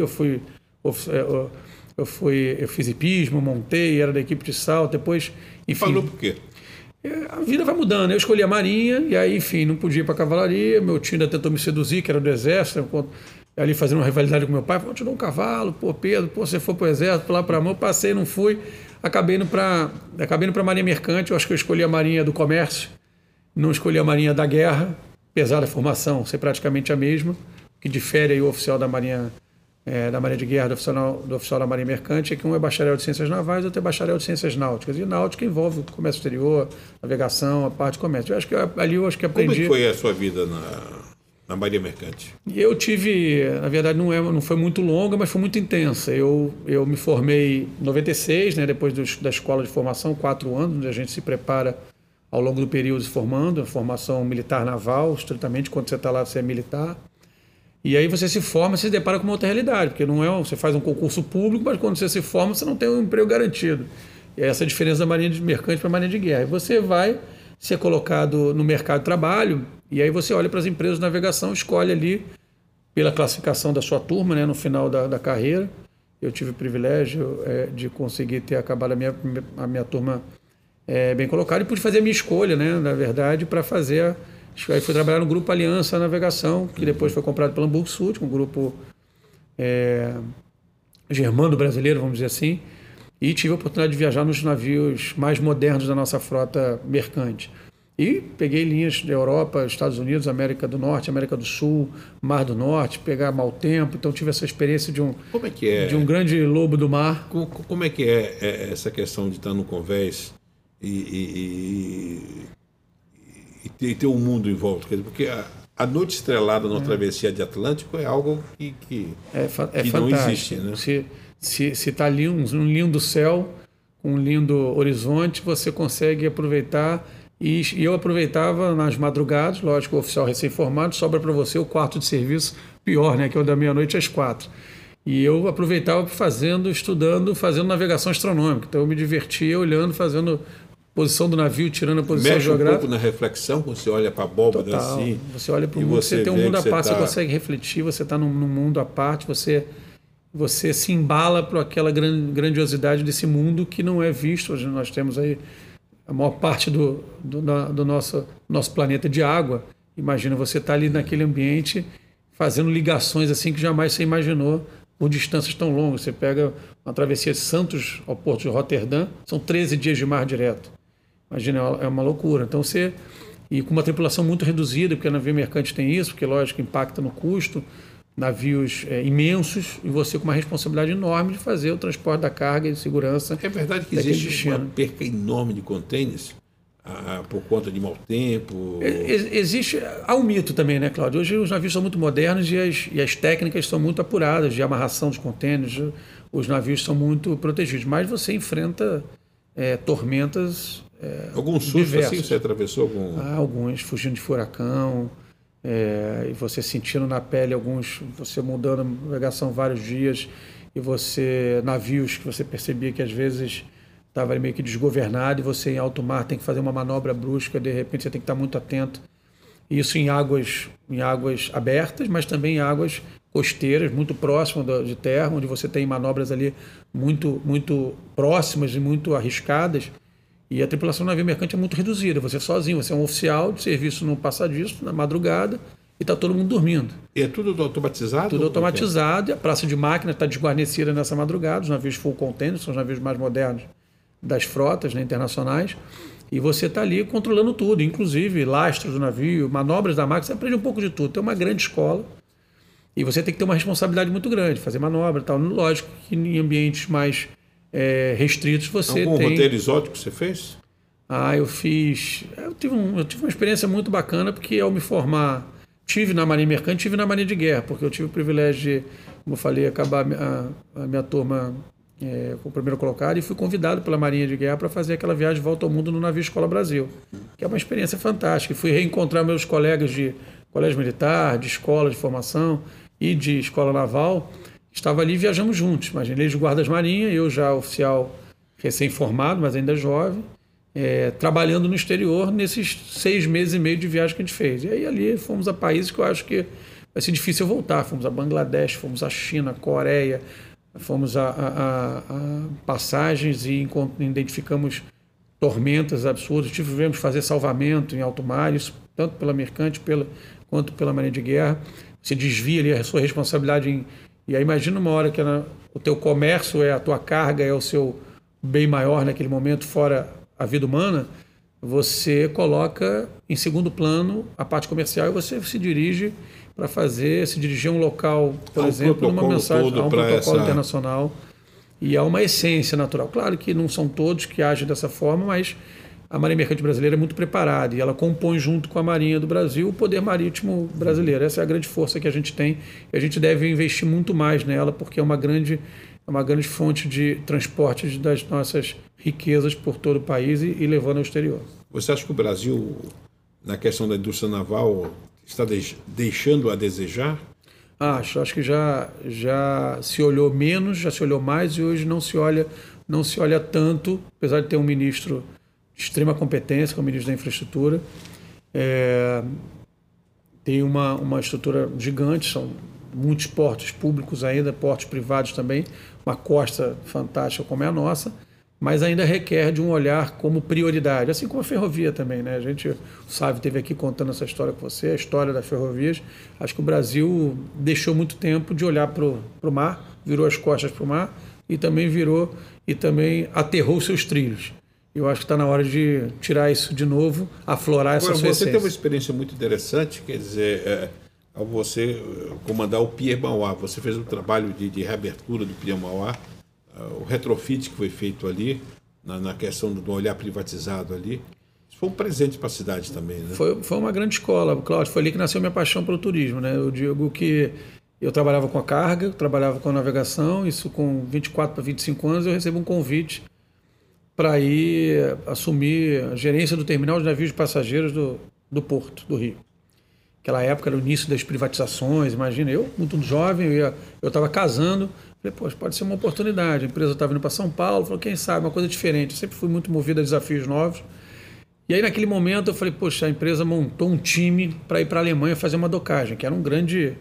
Eu fiz hipismo, montei, era da equipe de salto, depois, enfim. Falou por quê? A vida vai mudando. Eu escolhi a Marinha, e aí, enfim, não podia ir para a cavalaria. Meu tio ainda tentou me seduzir, que era do Exército, ali fazendo uma rivalidade com meu pai. Falou, te dou um cavalo, Pedro, você foi para o Exército, lá para a mão, passei, não fui. Acabei indo para a Marinha Mercante. Eu acho que eu escolhi a Marinha do Comércio, não escolhi a Marinha da Guerra, apesar da formação ser praticamente a mesma, que difere aí o oficial da Marinha de Guerra do oficial da Marinha Mercante, é que um é bacharel de Ciências Navais, outro é bacharel de Ciências Náuticas. E náutica envolve o comércio exterior, navegação, a parte de comércio. Eu acho que ali eu aprendi... Como é que foi a sua vida na Marinha Mercante? Eu tive, na verdade, não foi muito longa, mas foi muito intensa. Eu me formei em 96, né, depois da escola de formação, 4 anos, onde a gente se prepara ao longo do período se formando, a formação militar naval, estritamente, quando você está lá, você é militar. E aí você se forma, você se depara com uma outra realidade, porque não você faz um concurso público, mas quando você se forma, você não tem um emprego garantido. E essa é a diferença da Marinha de Mercante para a Marinha de Guerra. E você vai ser colocado no mercado de trabalho, e aí você olha para as empresas de navegação, escolhe ali pela classificação da sua turma, né, no final da carreira. Eu tive o privilégio de conseguir ter acabado a minha turma bem colocada, e pude fazer a minha escolha, né, na verdade, para fazer... Aí fui trabalhar no Grupo Aliança Navegação, que depois foi comprado pela Hamburgo Süd, um grupo germano-brasileiro, vamos dizer assim, e tive a oportunidade de viajar nos navios mais modernos da nossa frota mercante. E peguei linhas da Europa, Estados Unidos, América do Norte, América do Sul, Mar do Norte, pegar mau tempo, então tive essa experiência de um grande lobo do mar. Como é que é essa questão de estar no Convés e ter um mundo em volta? Porque a noite estrelada na travessia de Atlântico é algo que não existe, né? Se está ali um lindo céu, um lindo horizonte, você consegue aproveitar. E eu aproveitava nas madrugadas, lógico, o oficial recém-formado, sobra para você o quarto de serviço pior, né, que é o da meia-noite às 4. E eu aproveitava estudando, fazendo navegação astronômica. Então eu me divertia olhando, fazendo posição do navio, tirando a posição geográfica. Mexe um pouco na reflexão, quando você olha para a abóbada. Total. Assim. Você olha para o mundo, você tem um mundo à parte, você consegue refletir, você está num mundo à parte, você se embala por aquela grandiosidade desse mundo que não é visto. Hoje nós temos aí a maior parte do nosso planeta de água. Imagina você estar ali naquele ambiente fazendo ligações assim que jamais você imaginou por distâncias tão longas. Você pega uma travessia de Santos ao porto de Roterdã, são 13 dias de mar direto. Imagina, é uma loucura. Então e com uma tripulação muito reduzida, porque o navio mercante tem isso, porque lógico impacta no custo, navios imensos, e você com uma responsabilidade enorme de fazer o transporte da carga e de segurança. É verdade que existe uma perca enorme de contêineres por conta de mau tempo? Há um mito também, né, Cláudio? Hoje os navios são muito modernos e as técnicas são muito apuradas de amarração dos contêineres, os navios são muito protegidos, mas você enfrenta tormentas Algum susto diversas. assim? Você atravessou algum... Alguns fugindo de furacão, e você sentindo na pele você mudando a navegação vários dias, e navios que você percebia que às vezes estava meio que desgovernado, e você em alto mar tem que fazer uma manobra brusca, de repente você tem que estar muito atento. Isso em águas abertas, mas também em águas costeiras, muito próximas de terra, onde você tem manobras ali muito, muito próximas e muito arriscadas. E a tripulação do navio mercante é muito reduzida. Você é sozinho, você é um oficial de serviço no passadiço, na madrugada, e está todo mundo dormindo. E é tudo automatizado? Tudo automatizado, e a praça de máquina está desguarnecida nessa madrugada. Os navios full container são os navios mais modernos das frotas, né, internacionais. E você está ali controlando tudo, inclusive lastros do navio, manobras da máquina, você aprende um pouco de tudo. Tem uma grande escola e você tem que ter uma responsabilidade muito grande, fazer manobra e tal. Lógico que em ambientes mais restritos você Algum tem... roteiro exótico você fez? Eu fiz... Eu tive uma experiência muito bacana, porque ao me formar, tive na Marinha Mercante, tive na Marinha de Guerra, porque eu tive o privilégio de, como eu falei, acabar a minha turma... com o primeiro colocado, e fui convidado pela Marinha de Guerra para fazer aquela viagem de volta ao mundo no navio Escola Brasil, que é uma experiência fantástica. E fui reencontrar meus colegas de colégio militar, de escola de formação e de escola naval. Estava ali e viajamos juntos. Imaginei de guardas marinha, eu já oficial recém-formado, mas ainda jovem, trabalhando no exterior nesses 6 meses e meio de viagem que a gente fez. E aí ali fomos a países que eu acho que vai ser difícil voltar. Fomos a Bangladesh, fomos a China, Coreia, fomos a passagens e identificamos tormentas absurdas. Tivemos que fazer salvamento em alto mar, isso tanto pela mercante quanto pela Marinha de Guerra. Você desvia ali a sua responsabilidade e aí imagina uma hora que o teu comércio a tua carga, é o seu bem maior naquele momento, fora a vida humana, você coloca em segundo plano a parte comercial e você se dirige se dirigir a um local, por exemplo, numa mensagem, a um protocolo internacional, e há uma essência natural. Claro que não são todos que agem dessa forma, mas a Marinha Mercante Brasileira é muito preparada e ela compõe junto com a Marinha do Brasil o poder marítimo brasileiro. Essa é a grande força que a gente tem e a gente deve investir muito mais nela, porque é uma grande fonte de transporte das nossas riquezas por todo o país e levando ao exterior. Você acha que o Brasil, na questão da indústria naval, está deixando a desejar? Acho que já se olhou menos, já se olhou mais, e hoje não se olha tanto, apesar de ter um ministro de extrema competência, que é o ministro da Infraestrutura. Tem uma estrutura gigante, são muitos portos públicos ainda, portos privados também, uma costa fantástica como é a nossa, mas ainda requer de um olhar como prioridade, assim como a ferrovia também, né? O Sávio esteve aqui contando essa história com você, a história das ferrovias. Acho que o Brasil deixou muito tempo de olhar para o mar, virou as costas para o mar e também aterrou os seus trilhos. Eu acho que está na hora de tirar isso de novo, aflorar essa sua essência. Você teve uma experiência muito interessante, quer dizer, ao você comandar o Pier Mauá, você fez um trabalho de reabertura do Pier Mauá, o retrofit que foi feito ali, na questão do olhar privatizado ali. Isso foi um presente para a cidade também, né? Foi uma grande escola, Cláudio. Foi ali que nasceu minha paixão pelo turismo, né? Eu digo que eu trabalhava com a carga, trabalhava com a navegação, isso com 24 para 25 anos, eu recebo um convite para ir assumir a gerência do terminal de navios de passageiros do Porto, do Rio. Aquela época era o início das privatizações, imagina, eu, muito jovem, eu estava casando, falei, poxa, pode ser uma oportunidade. A empresa estava indo para São Paulo, falou, quem sabe, uma coisa diferente. Eu sempre fui muito movido a desafios novos. E aí, naquele momento, eu falei, poxa, a empresa montou um time para ir para a Alemanha fazer uma docagem, que era um grande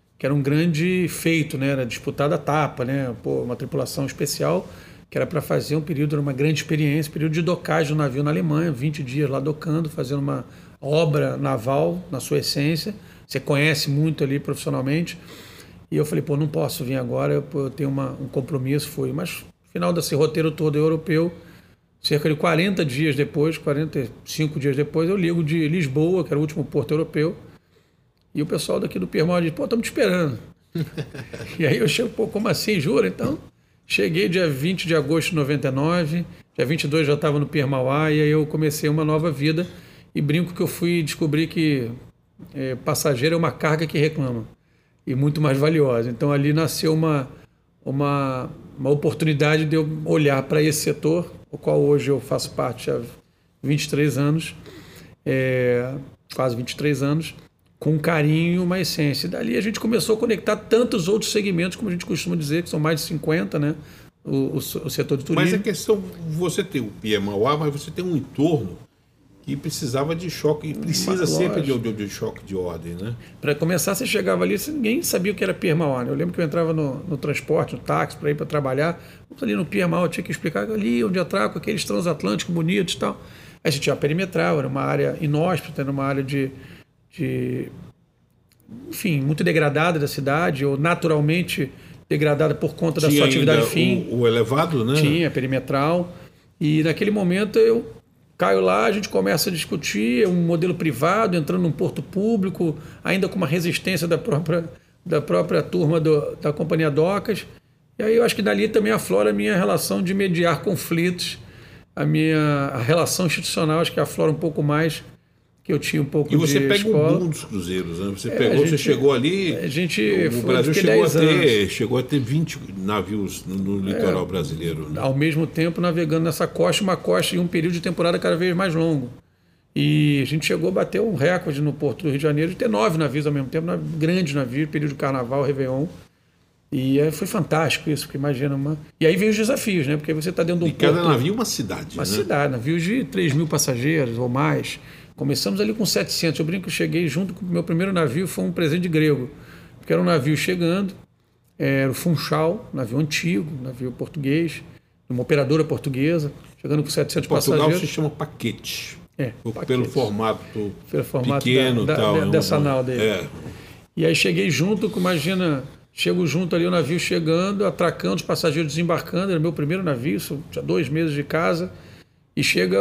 feito, né? Era disputada a TAPA, né? Uma tripulação especial, que era para fazer era uma grande experiência, período de docagem do navio na Alemanha, 20 dias lá docando, fazendo uma obra naval na sua essência. Você conhece muito ali profissionalmente. E eu falei, não posso vir agora, eu tenho um compromisso, Mas no final desse roteiro todo europeu, cerca de 45 dias depois, eu ligo de Lisboa, que era o último porto europeu, e o pessoal daqui do Pier Mauá diz, estamos te esperando. E aí eu chego, como assim, jura? Então, cheguei dia 20 de agosto de 99, dia 22 já estava no Pier Mauá, e aí eu comecei uma nova vida, e brinco que eu fui descobrir que passageiro é uma carga que reclama, e muito mais valiosa. Então ali nasceu uma oportunidade de eu olhar para esse setor, o qual hoje eu faço parte há 23 anos, quase 23 anos, com carinho, uma essência. E dali a gente começou a conectar tantos outros segmentos, como a gente costuma dizer, que são mais de 50, né? O setor de turismo. Mas a questão, você tem o Pia Mauá, mas você tem um entorno que precisava de choque, e precisa sempre de choque de ordem, né? Para começar, você chegava ali, ninguém sabia o que era Pia Mauá, né? Eu lembro que eu entrava no transporte, no táxi, para ir para trabalhar, ali no Pia Mauá, eu tinha que explicar ali onde atraco, aqueles transatlânticos bonitos e tal. Aí você tinha a perimetral, era uma área inóspita, era uma área enfim, muito degradada da cidade, ou naturalmente degradada por conta da sua atividade fim. O elevado, né? Tinha, perimetral. E naquele momento eu caio lá, a gente começa a discutir um modelo privado, entrando num porto público, ainda com uma resistência da própria turma da Companhia Docas. E aí eu acho que dali também aflora a minha relação de mediar conflitos, a relação institucional, acho que aflora um pouco mais, que eu tinha um pouco de escola. E você pega o boom dos cruzeiros, né? Você chegou ali... O Brasil chegou a ter 20 navios no litoral brasileiro. Né? Ao mesmo tempo navegando nessa costa, uma costa em um período de temporada cada vez mais longo. E a gente chegou a bater um recorde no Porto do Rio de Janeiro de ter 9 navios ao mesmo tempo, grandes navios, período de carnaval, Réveillon. E foi fantástico isso, porque imagina E aí vem os desafios, né? Porque você está dentro de um porto... cada navio uma cidade, Uma cidade, navios de 3 mil passageiros ou mais. Começamos ali com 700. Eu brinco que eu cheguei junto com o meu primeiro navio, foi um presente grego. Porque era um navio chegando, era o Funchal, navio antigo, navio português, uma operadora portuguesa, chegando com 700 Portugal passageiros. Se chama paquete. Paquete. Pelo formato pequeno e tal. Dessa nau dele. E aí cheguei junto, chego junto ali o navio chegando, atracando, os passageiros desembarcando, era meu primeiro navio, tinha 2 meses de casa. E chega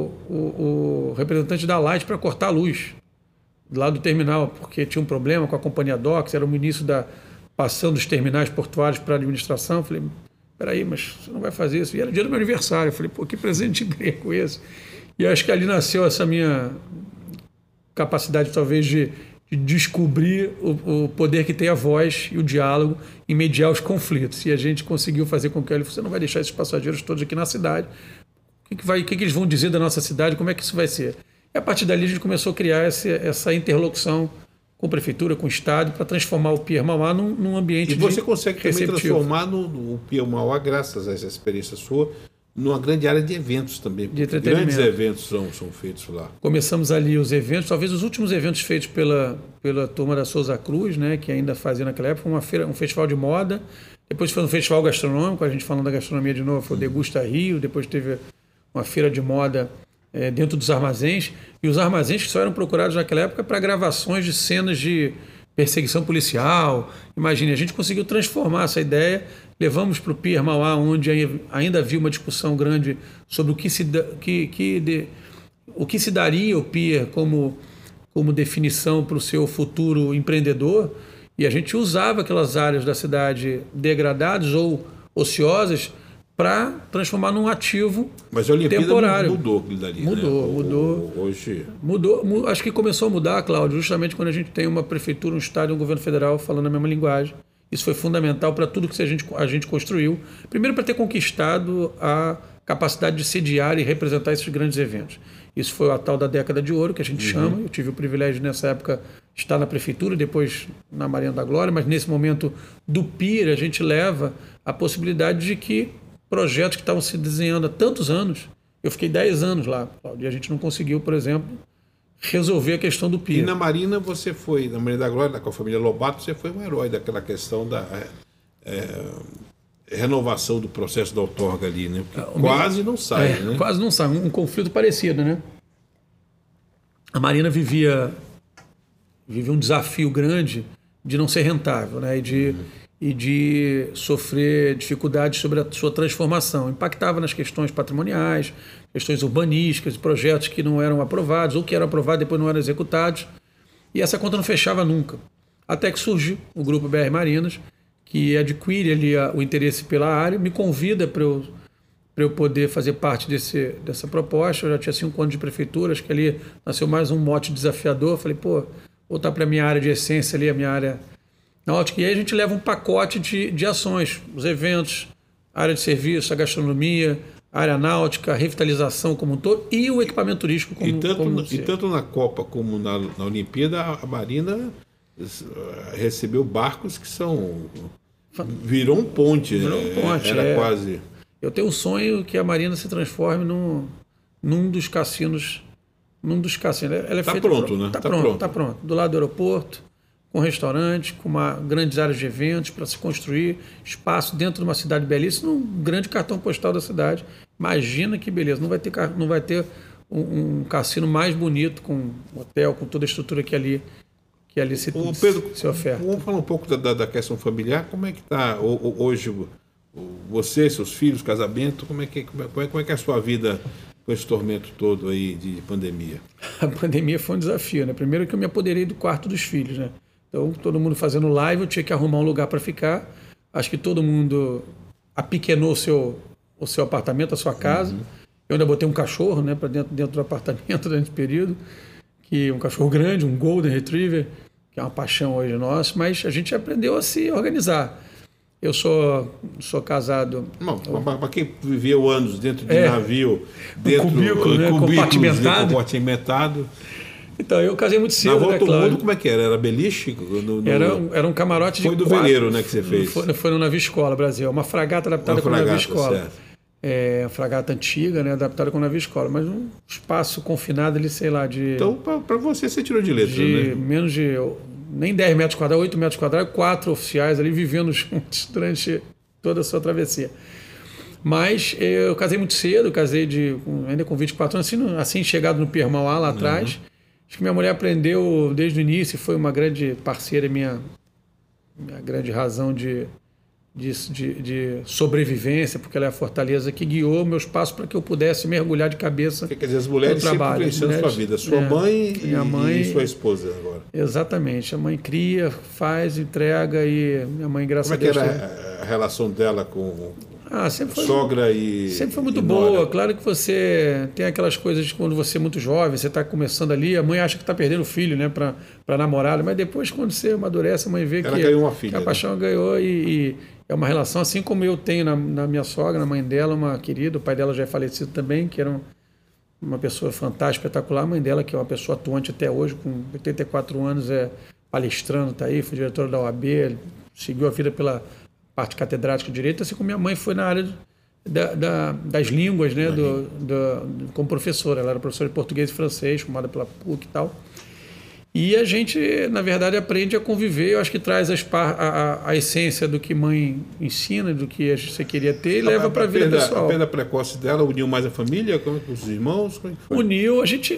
o representante da Light para cortar a luz lá do terminal, porque tinha um problema com a Companhia Docas, era o início passando os terminais portuários para a administração. Eu falei, peraí, mas você não vai fazer isso? E era o dia do meu aniversário. Eu falei, pô, que presente grego esse? E acho que ali nasceu essa minha capacidade, talvez, de descobrir o poder que tem a voz e o diálogo em mediar os conflitos. E a gente conseguiu fazer com que ele você não vai deixar esses passageiros todos aqui na cidade. O que eles vão dizer da nossa cidade, como é que isso vai ser? E a partir dali a gente começou a criar essa interlocução com a prefeitura, com o Estado, para transformar o Pia Mauá num ambiente receptivo. E você consegue também transformar o Pia Mauá, graças a essa experiência sua, numa grande área de eventos também. De entretenimento. Grandes eventos são feitos lá. Começamos ali os eventos, talvez os últimos eventos feitos pela turma da Souza Cruz, né, que ainda fazia naquela época, um festival de moda, depois foi um festival gastronômico, a gente falando da gastronomia de novo, foi o Degusta Rio, depois teve uma feira de moda dentro dos armazéns, e os armazéns que só eram procurados naquela época para gravações de cenas de perseguição policial. Imagine, a gente conseguiu transformar essa ideia, levamos para o Pia Mauá, onde ainda havia uma discussão grande sobre o que se daria o Pia como definição para o seu futuro empreendedor, e a gente usava aquelas áreas da cidade degradadas ou ociosas para transformar num ativo temporário. Mas a Olimpíada mudou aquilo dali, mudou. Hoje... Mudou. Acho que começou a mudar, Cláudio, justamente quando a gente tem uma prefeitura, um estado e um governo federal falando a mesma linguagem. Isso foi fundamental para tudo que a gente construiu. Primeiro, para ter conquistado a capacidade de sediar e representar esses grandes eventos. Isso foi a tal da década de ouro, que a gente chama. Eu tive o privilégio, nessa época, de estar na prefeitura, depois na Marinha da Glória, mas nesse momento do PIR, a gente leva a possibilidade de que projetos que estavam se desenhando há tantos anos, eu fiquei 10 anos lá, Cláudio, e a gente não conseguiu, por exemplo, resolver a questão do PIR. E na Marina você foi, na Marinha da Glória, com a família Lobato, você foi um herói daquela questão da renovação do processo da outorga ali, né? Quase não sai, né? Quase não sai, um conflito parecido, né? A Marina vivia um desafio grande de não ser rentável, né? E de sofrer dificuldades sobre a sua transformação. Impactava nas questões patrimoniais, questões urbanísticas, projetos que não eram aprovados, ou que eram aprovados e depois não eram executados. E essa conta não fechava nunca. Até que surgiu o Grupo BR Marinas, que adquire ali o interesse pela área, me convida para eu poder fazer parte dessa proposta. Eu já tinha 5 anos de prefeitura, acho que ali nasceu mais um mote desafiador. Falei, voltar para a minha área de essência ali, a minha área náutica. E aí a gente leva um pacote de ações, os eventos, a área de serviço, a gastronomia, a área náutica, a revitalização como um todo e o equipamento turístico como E tanto na Copa como na Olimpíada, a Marina recebeu barcos que virou um ponte. Virou um ponte, era quase... Eu tenho um sonho que a Marina se transforme num dos cassinos. Ela é Tá feita pronto, né? Tá pronto. Do lado do aeroporto, com restaurante, com grandes áreas de eventos para se construir espaço dentro de uma cidade belíssima, um grande cartão postal da cidade. Imagina que beleza. Não vai ter um cassino mais bonito, com hotel, com toda a estrutura que ali se oferta. Vamos falar um pouco da questão familiar. Como é que está hoje você, seus filhos, casamento? Como é que é a sua vida com esse tormento todo aí de pandemia? A pandemia foi um desafio, né? Primeiro que eu me apoderei do quarto dos filhos, né? Então, todo mundo fazendo live, eu tinha que arrumar um lugar para ficar. Acho que todo mundo apequenou o seu apartamento, a sua casa. Eu ainda botei um cachorro, né, para dentro do apartamento nesse período, que um cachorro grande, um Golden Retriever, que é uma paixão hoje nossa, mas a gente aprendeu a se organizar. Eu sou casado... Para quem viveu anos dentro de navio, dentro cubículo, né, compartimentado... Então, eu casei muito cedo, na volta né, ao mundo, como é que era? Era beliche? Era um camarote Foi do veleiro, né, que você fez? Foi no Navio Escola, Brasil. Uma fragata adaptada com o Navio Escola. Uma fragata antiga, né, adaptada com o Navio Escola. Mas um espaço confinado ali, sei lá, de... Então, para você tirou de letra, né? Menos de... Nem 10 metros quadrados, 8 metros quadrados, 4 oficiais ali vivendo juntos durante toda a sua travessia. Mas eu casei muito cedo, ainda com 24 anos, assim chegado no Piermauá lá atrás. Acho que minha mulher aprendeu desde o início, foi uma grande parceira, minha grande razão de sobrevivência, porque ela é a fortaleza que guiou meus passos para que eu pudesse mergulhar de cabeça Quer dizer, as mulheres sempre influenciando a sua vida, sua mãe e sua esposa agora. Exatamente, a mãe cria, faz, entrega e minha mãe, graças a Deus... Como é que era a relação dela com... sogra e sempre foi muito boa. Claro que você tem aquelas coisas de quando você é muito jovem, você está começando ali, a mãe acha que está perdendo o filho, né, para namorada, mas depois quando você amadurece, a mãe vê ela ganhou uma filha, que a paixão ganhou e é uma relação assim como eu tenho na minha sogra, na mãe dela, uma querida, o pai dela já é falecido também, que era uma pessoa fantástica, espetacular, a mãe dela que é uma pessoa atuante até hoje, com 84 anos, é palestrando, está aí, foi diretora da OAB, seguiu a vida pela parte catedrática de direito, assim como minha mãe foi na área das línguas, né, como professora. Ela era professora de português e francês, formada pela PUC e tal. E a gente, na verdade, aprende a conviver. Eu acho que traz a essência do que mãe ensina, do que você queria ter, e leva para a vida pessoal. A perda precoce dela uniu mais a família com os irmãos? Como é que foi? Uniu. A gente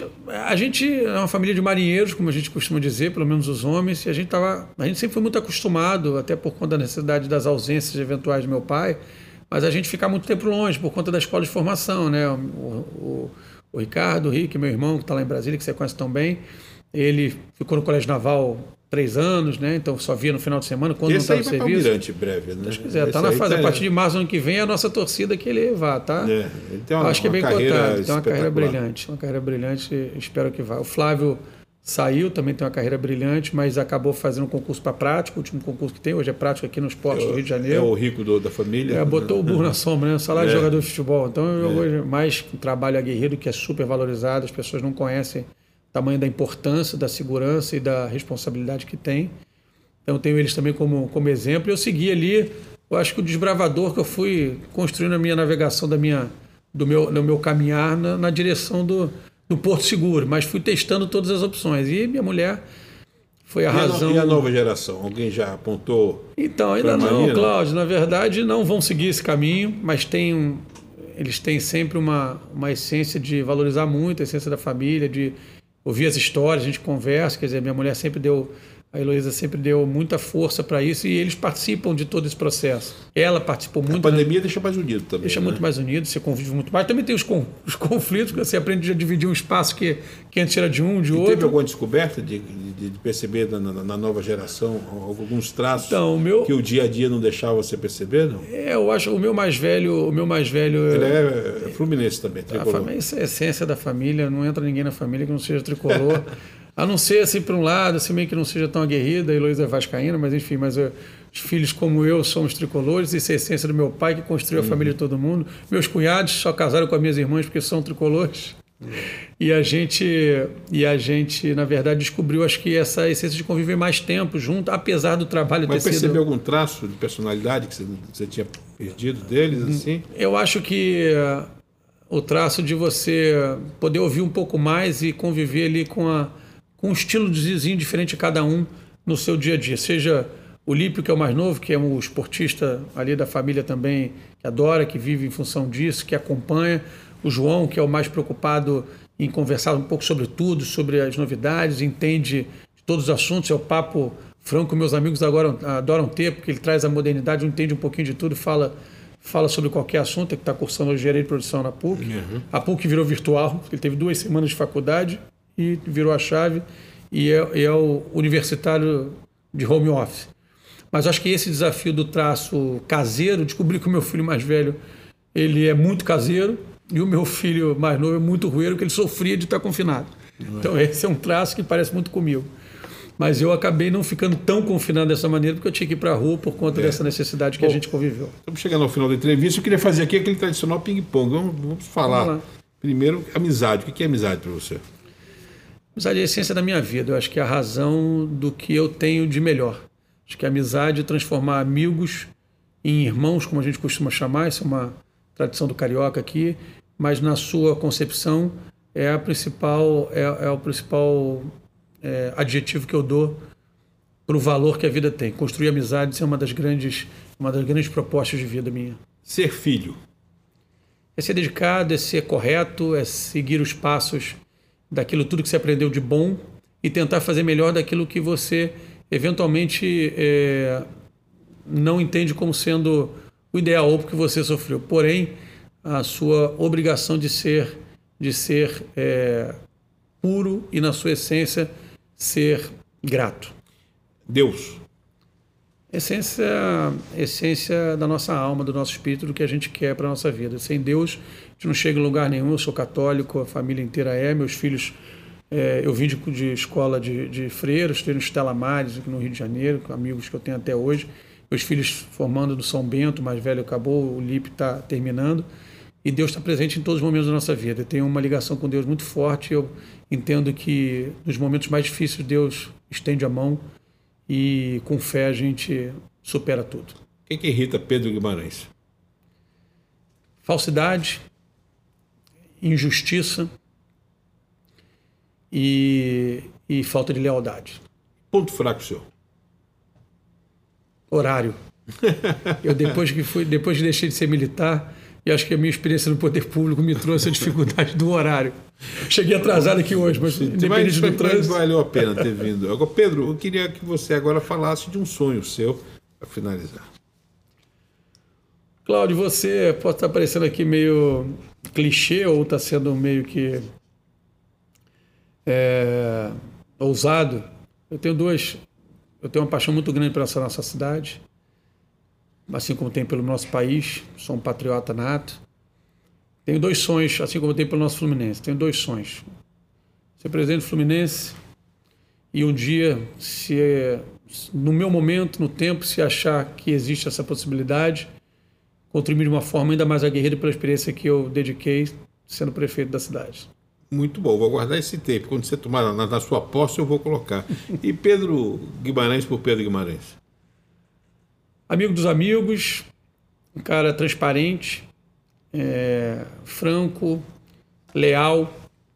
é uma família de marinheiros, como a gente costuma dizer, pelo menos os homens, e a gente sempre foi muito acostumado, até por conta da necessidade das ausências eventuais do meu pai, mas a gente ficar muito tempo longe, por conta da escola de formação, né? O Ricardo, o Rick, meu irmão, que está lá em Brasília, que você conhece tão bem, ele ficou no Colégio Naval 3 anos, né? Então só via no final de semana, quando não estava no serviço. Esse aí vai para Almirante breve, né? Deus quiser, está na fase. A partir de março do ano que vem é a nossa torcida que ele vá, tá? Ele tem acho que é bem cotado. Tem uma carreira brilhante. Espero que vá. O Flávio saiu, também tem uma carreira brilhante, mas acabou fazendo um concurso para prático, o último concurso que tem, hoje é prático aqui nos portos do Rio de Janeiro. É o rico da família. Botou o burro na sombra, né? Salário de jogador de futebol. Então, hoje, mais um trabalho aguerrido, que é super valorizado, as pessoas não conhecem o tamanho da importância, da segurança e da responsabilidade que tem. Então, tenho eles também como exemplo. Eu segui ali, eu acho que o desbravador que eu fui construindo a minha navegação do meu caminhar na direção do Porto Seguro, mas fui testando todas as opções. E minha mulher foi a razão... E a nova geração? Alguém já apontou? Então, ainda não, Cláudio. Na verdade, não vão seguir esse caminho, mas eles têm sempre uma essência de valorizar muito a essência da família, de ouvir as histórias, a gente conversa. Quer dizer, minha mulher a Heloísa sempre deu muita força para isso e eles participam de todo esse processo. Ela participou muito. A pandemia deixa mais unido também. Deixa muito mais unido, você convive muito mais. Também tem os conflitos, que você aprende a dividir um espaço que antes era de outro. Teve alguma descoberta de perceber na nova geração alguns traços que o dia a dia não deixava você perceber? Não? Eu acho o meu mais velho. Ele é fluminense também, tricolor. Essa é a essência da família, não entra ninguém na família que não seja tricolor. A não ser, assim, por um lado, assim, meio que não seja tão aguerrida, a Heloísa é vascaína, mas enfim, os filhos como eu somos tricolores, isso é a essência do meu pai, que construiu a família de todo mundo. Meus cunhados só casaram com as minhas irmãs porque são tricolores. E a gente, na verdade, descobriu, acho que essa essência de conviver mais tempo junto, apesar do trabalho ter sido... Mas percebeu algum traço de personalidade que você tinha perdido deles, assim? Eu acho que o traço de você poder ouvir um pouco mais e conviver ali com um estilo de vizinho diferente de cada um no seu dia a dia. Seja o Lípio, que é o mais novo, que é um esportista ali da família também, que adora, que vive em função disso, que acompanha. O João, que é o mais preocupado em conversar um pouco sobre tudo, sobre as novidades, entende todos os assuntos, é o papo franco que meus amigos agora adoram ter, porque ele traz a modernidade, entende um pouquinho de tudo, fala sobre qualquer assunto, que está cursando engenharia de produção na PUC. Uhum. A PUC virou virtual, ele teve 2 semanas de faculdade e virou a chave, e é o universitário de home office. Mas acho que esse desafio do traço caseiro, descobri que o meu filho mais velho ele é muito caseiro, e o meu filho mais novo é muito rueiro, porque ele sofria de estar confinado. Então esse é um traço que parece muito comigo. Mas eu acabei não ficando tão confinado dessa maneira, porque eu tinha que ir para a rua por conta dessa necessidade que a gente conviveu. Estamos chegando ao final da entrevista. Eu queria fazer aqui aquele tradicional ping-pong. Vamos falar primeiro amizade. O que é amizade para você? Amizade é a essência da minha vida. Eu acho que é a razão do que eu tenho de melhor. Acho que a amizade é transformar amigos em irmãos, como a gente costuma chamar. Isso é uma tradição do carioca aqui, mas na sua concepção é o principal adjetivo que eu dou para o valor que a vida tem. Construir amizades é uma das grandes propostas de vida minha. Ser filho é ser dedicado, é ser correto, é seguir os passos daquilo tudo que você aprendeu de bom e tentar fazer melhor daquilo que você eventualmente não entende como sendo o ideal ou porque você sofreu. Porém, a sua obrigação de ser puro e, na sua essência, ser grato. Deus. Essência da nossa alma, do nosso espírito, do que a gente quer para a nossa vida. Sem Deus, a gente não chega em lugar nenhum. Eu sou católico, a família inteira meus filhos... eu vim de escola de freiras, estou no Stella Maris, aqui no Rio de Janeiro, com amigos que eu tenho até hoje. Meus filhos formando do São Bento, o mais velho acabou, o Lipe está terminando. E Deus está presente em todos os momentos da nossa vida. Eu tenho uma ligação com Deus muito forte. Eu entendo que nos momentos mais difíceis Deus estende a mão e com fé a gente supera tudo. O que irrita Pedro Guimarães? Falsidade, injustiça e falta de lealdade. Ponto fraco seu? Horário. Eu depois que deixei de ser militar, e acho que a minha experiência no poder público me trouxe a dificuldade do horário. Cheguei atrasado aqui hoje, mas independente do trânsito... Valeu a pena ter vindo. Agora, Pedro, eu queria que você agora falasse de um sonho seu para finalizar. Cláudio, você pode estar parecendo aqui meio clichê ou está sendo meio que ousado. Eu tenho uma paixão muito grande pela nossa cidade, assim como tem pelo nosso país. Sou um patriota nato. Tenho 2 sonhos, assim como tem pelo nosso Fluminense. Tenho 2 sonhos. Ser presidente do Fluminense e um dia, no meu momento, no tempo, se achar que existe essa possibilidade, contribuir de uma forma ainda mais aguerrida pela experiência que eu dediquei sendo prefeito da cidade. Muito bom, vou guardar esse tempo. Quando você tomar na sua posse, eu vou colocar. E Pedro Guimarães por Pedro Guimarães? Amigo dos amigos, um cara transparente, franco, leal,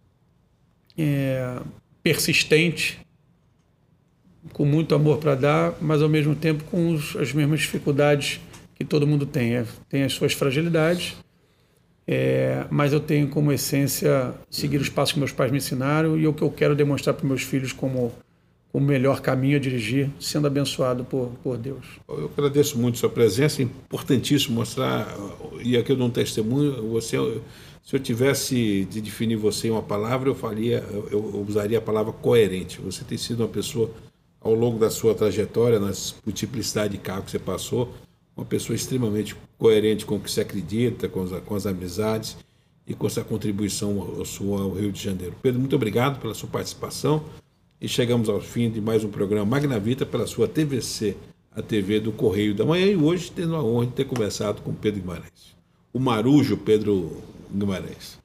persistente, com muito amor para dar, mas ao mesmo tempo com as mesmas dificuldades que todo mundo tem. Tem as suas fragilidades, mas eu tenho como essência seguir os passos que meus pais me ensinaram e o que eu quero demonstrar para meus filhos como o melhor caminho a dirigir, sendo abençoado por Deus. Eu agradeço muito a sua presença, é importantíssimo mostrar, e aqui eu dou um testemunho, se eu tivesse de definir você em uma palavra, eu usaria a palavra coerente. Você tem sido uma pessoa, ao longo da sua trajetória, na multiplicidade de cargos que você passou, uma pessoa extremamente coerente com o que se acredita, com as amizades e com essa contribuição sua ao Rio de Janeiro. Pedro, muito obrigado pela sua participação. E chegamos ao fim de mais um programa Magnavita pela sua TVC, a TV do Correio da Manhã, e hoje tendo a honra de ter conversado com Pedro Guimarães. O marujo Pedro Guimarães.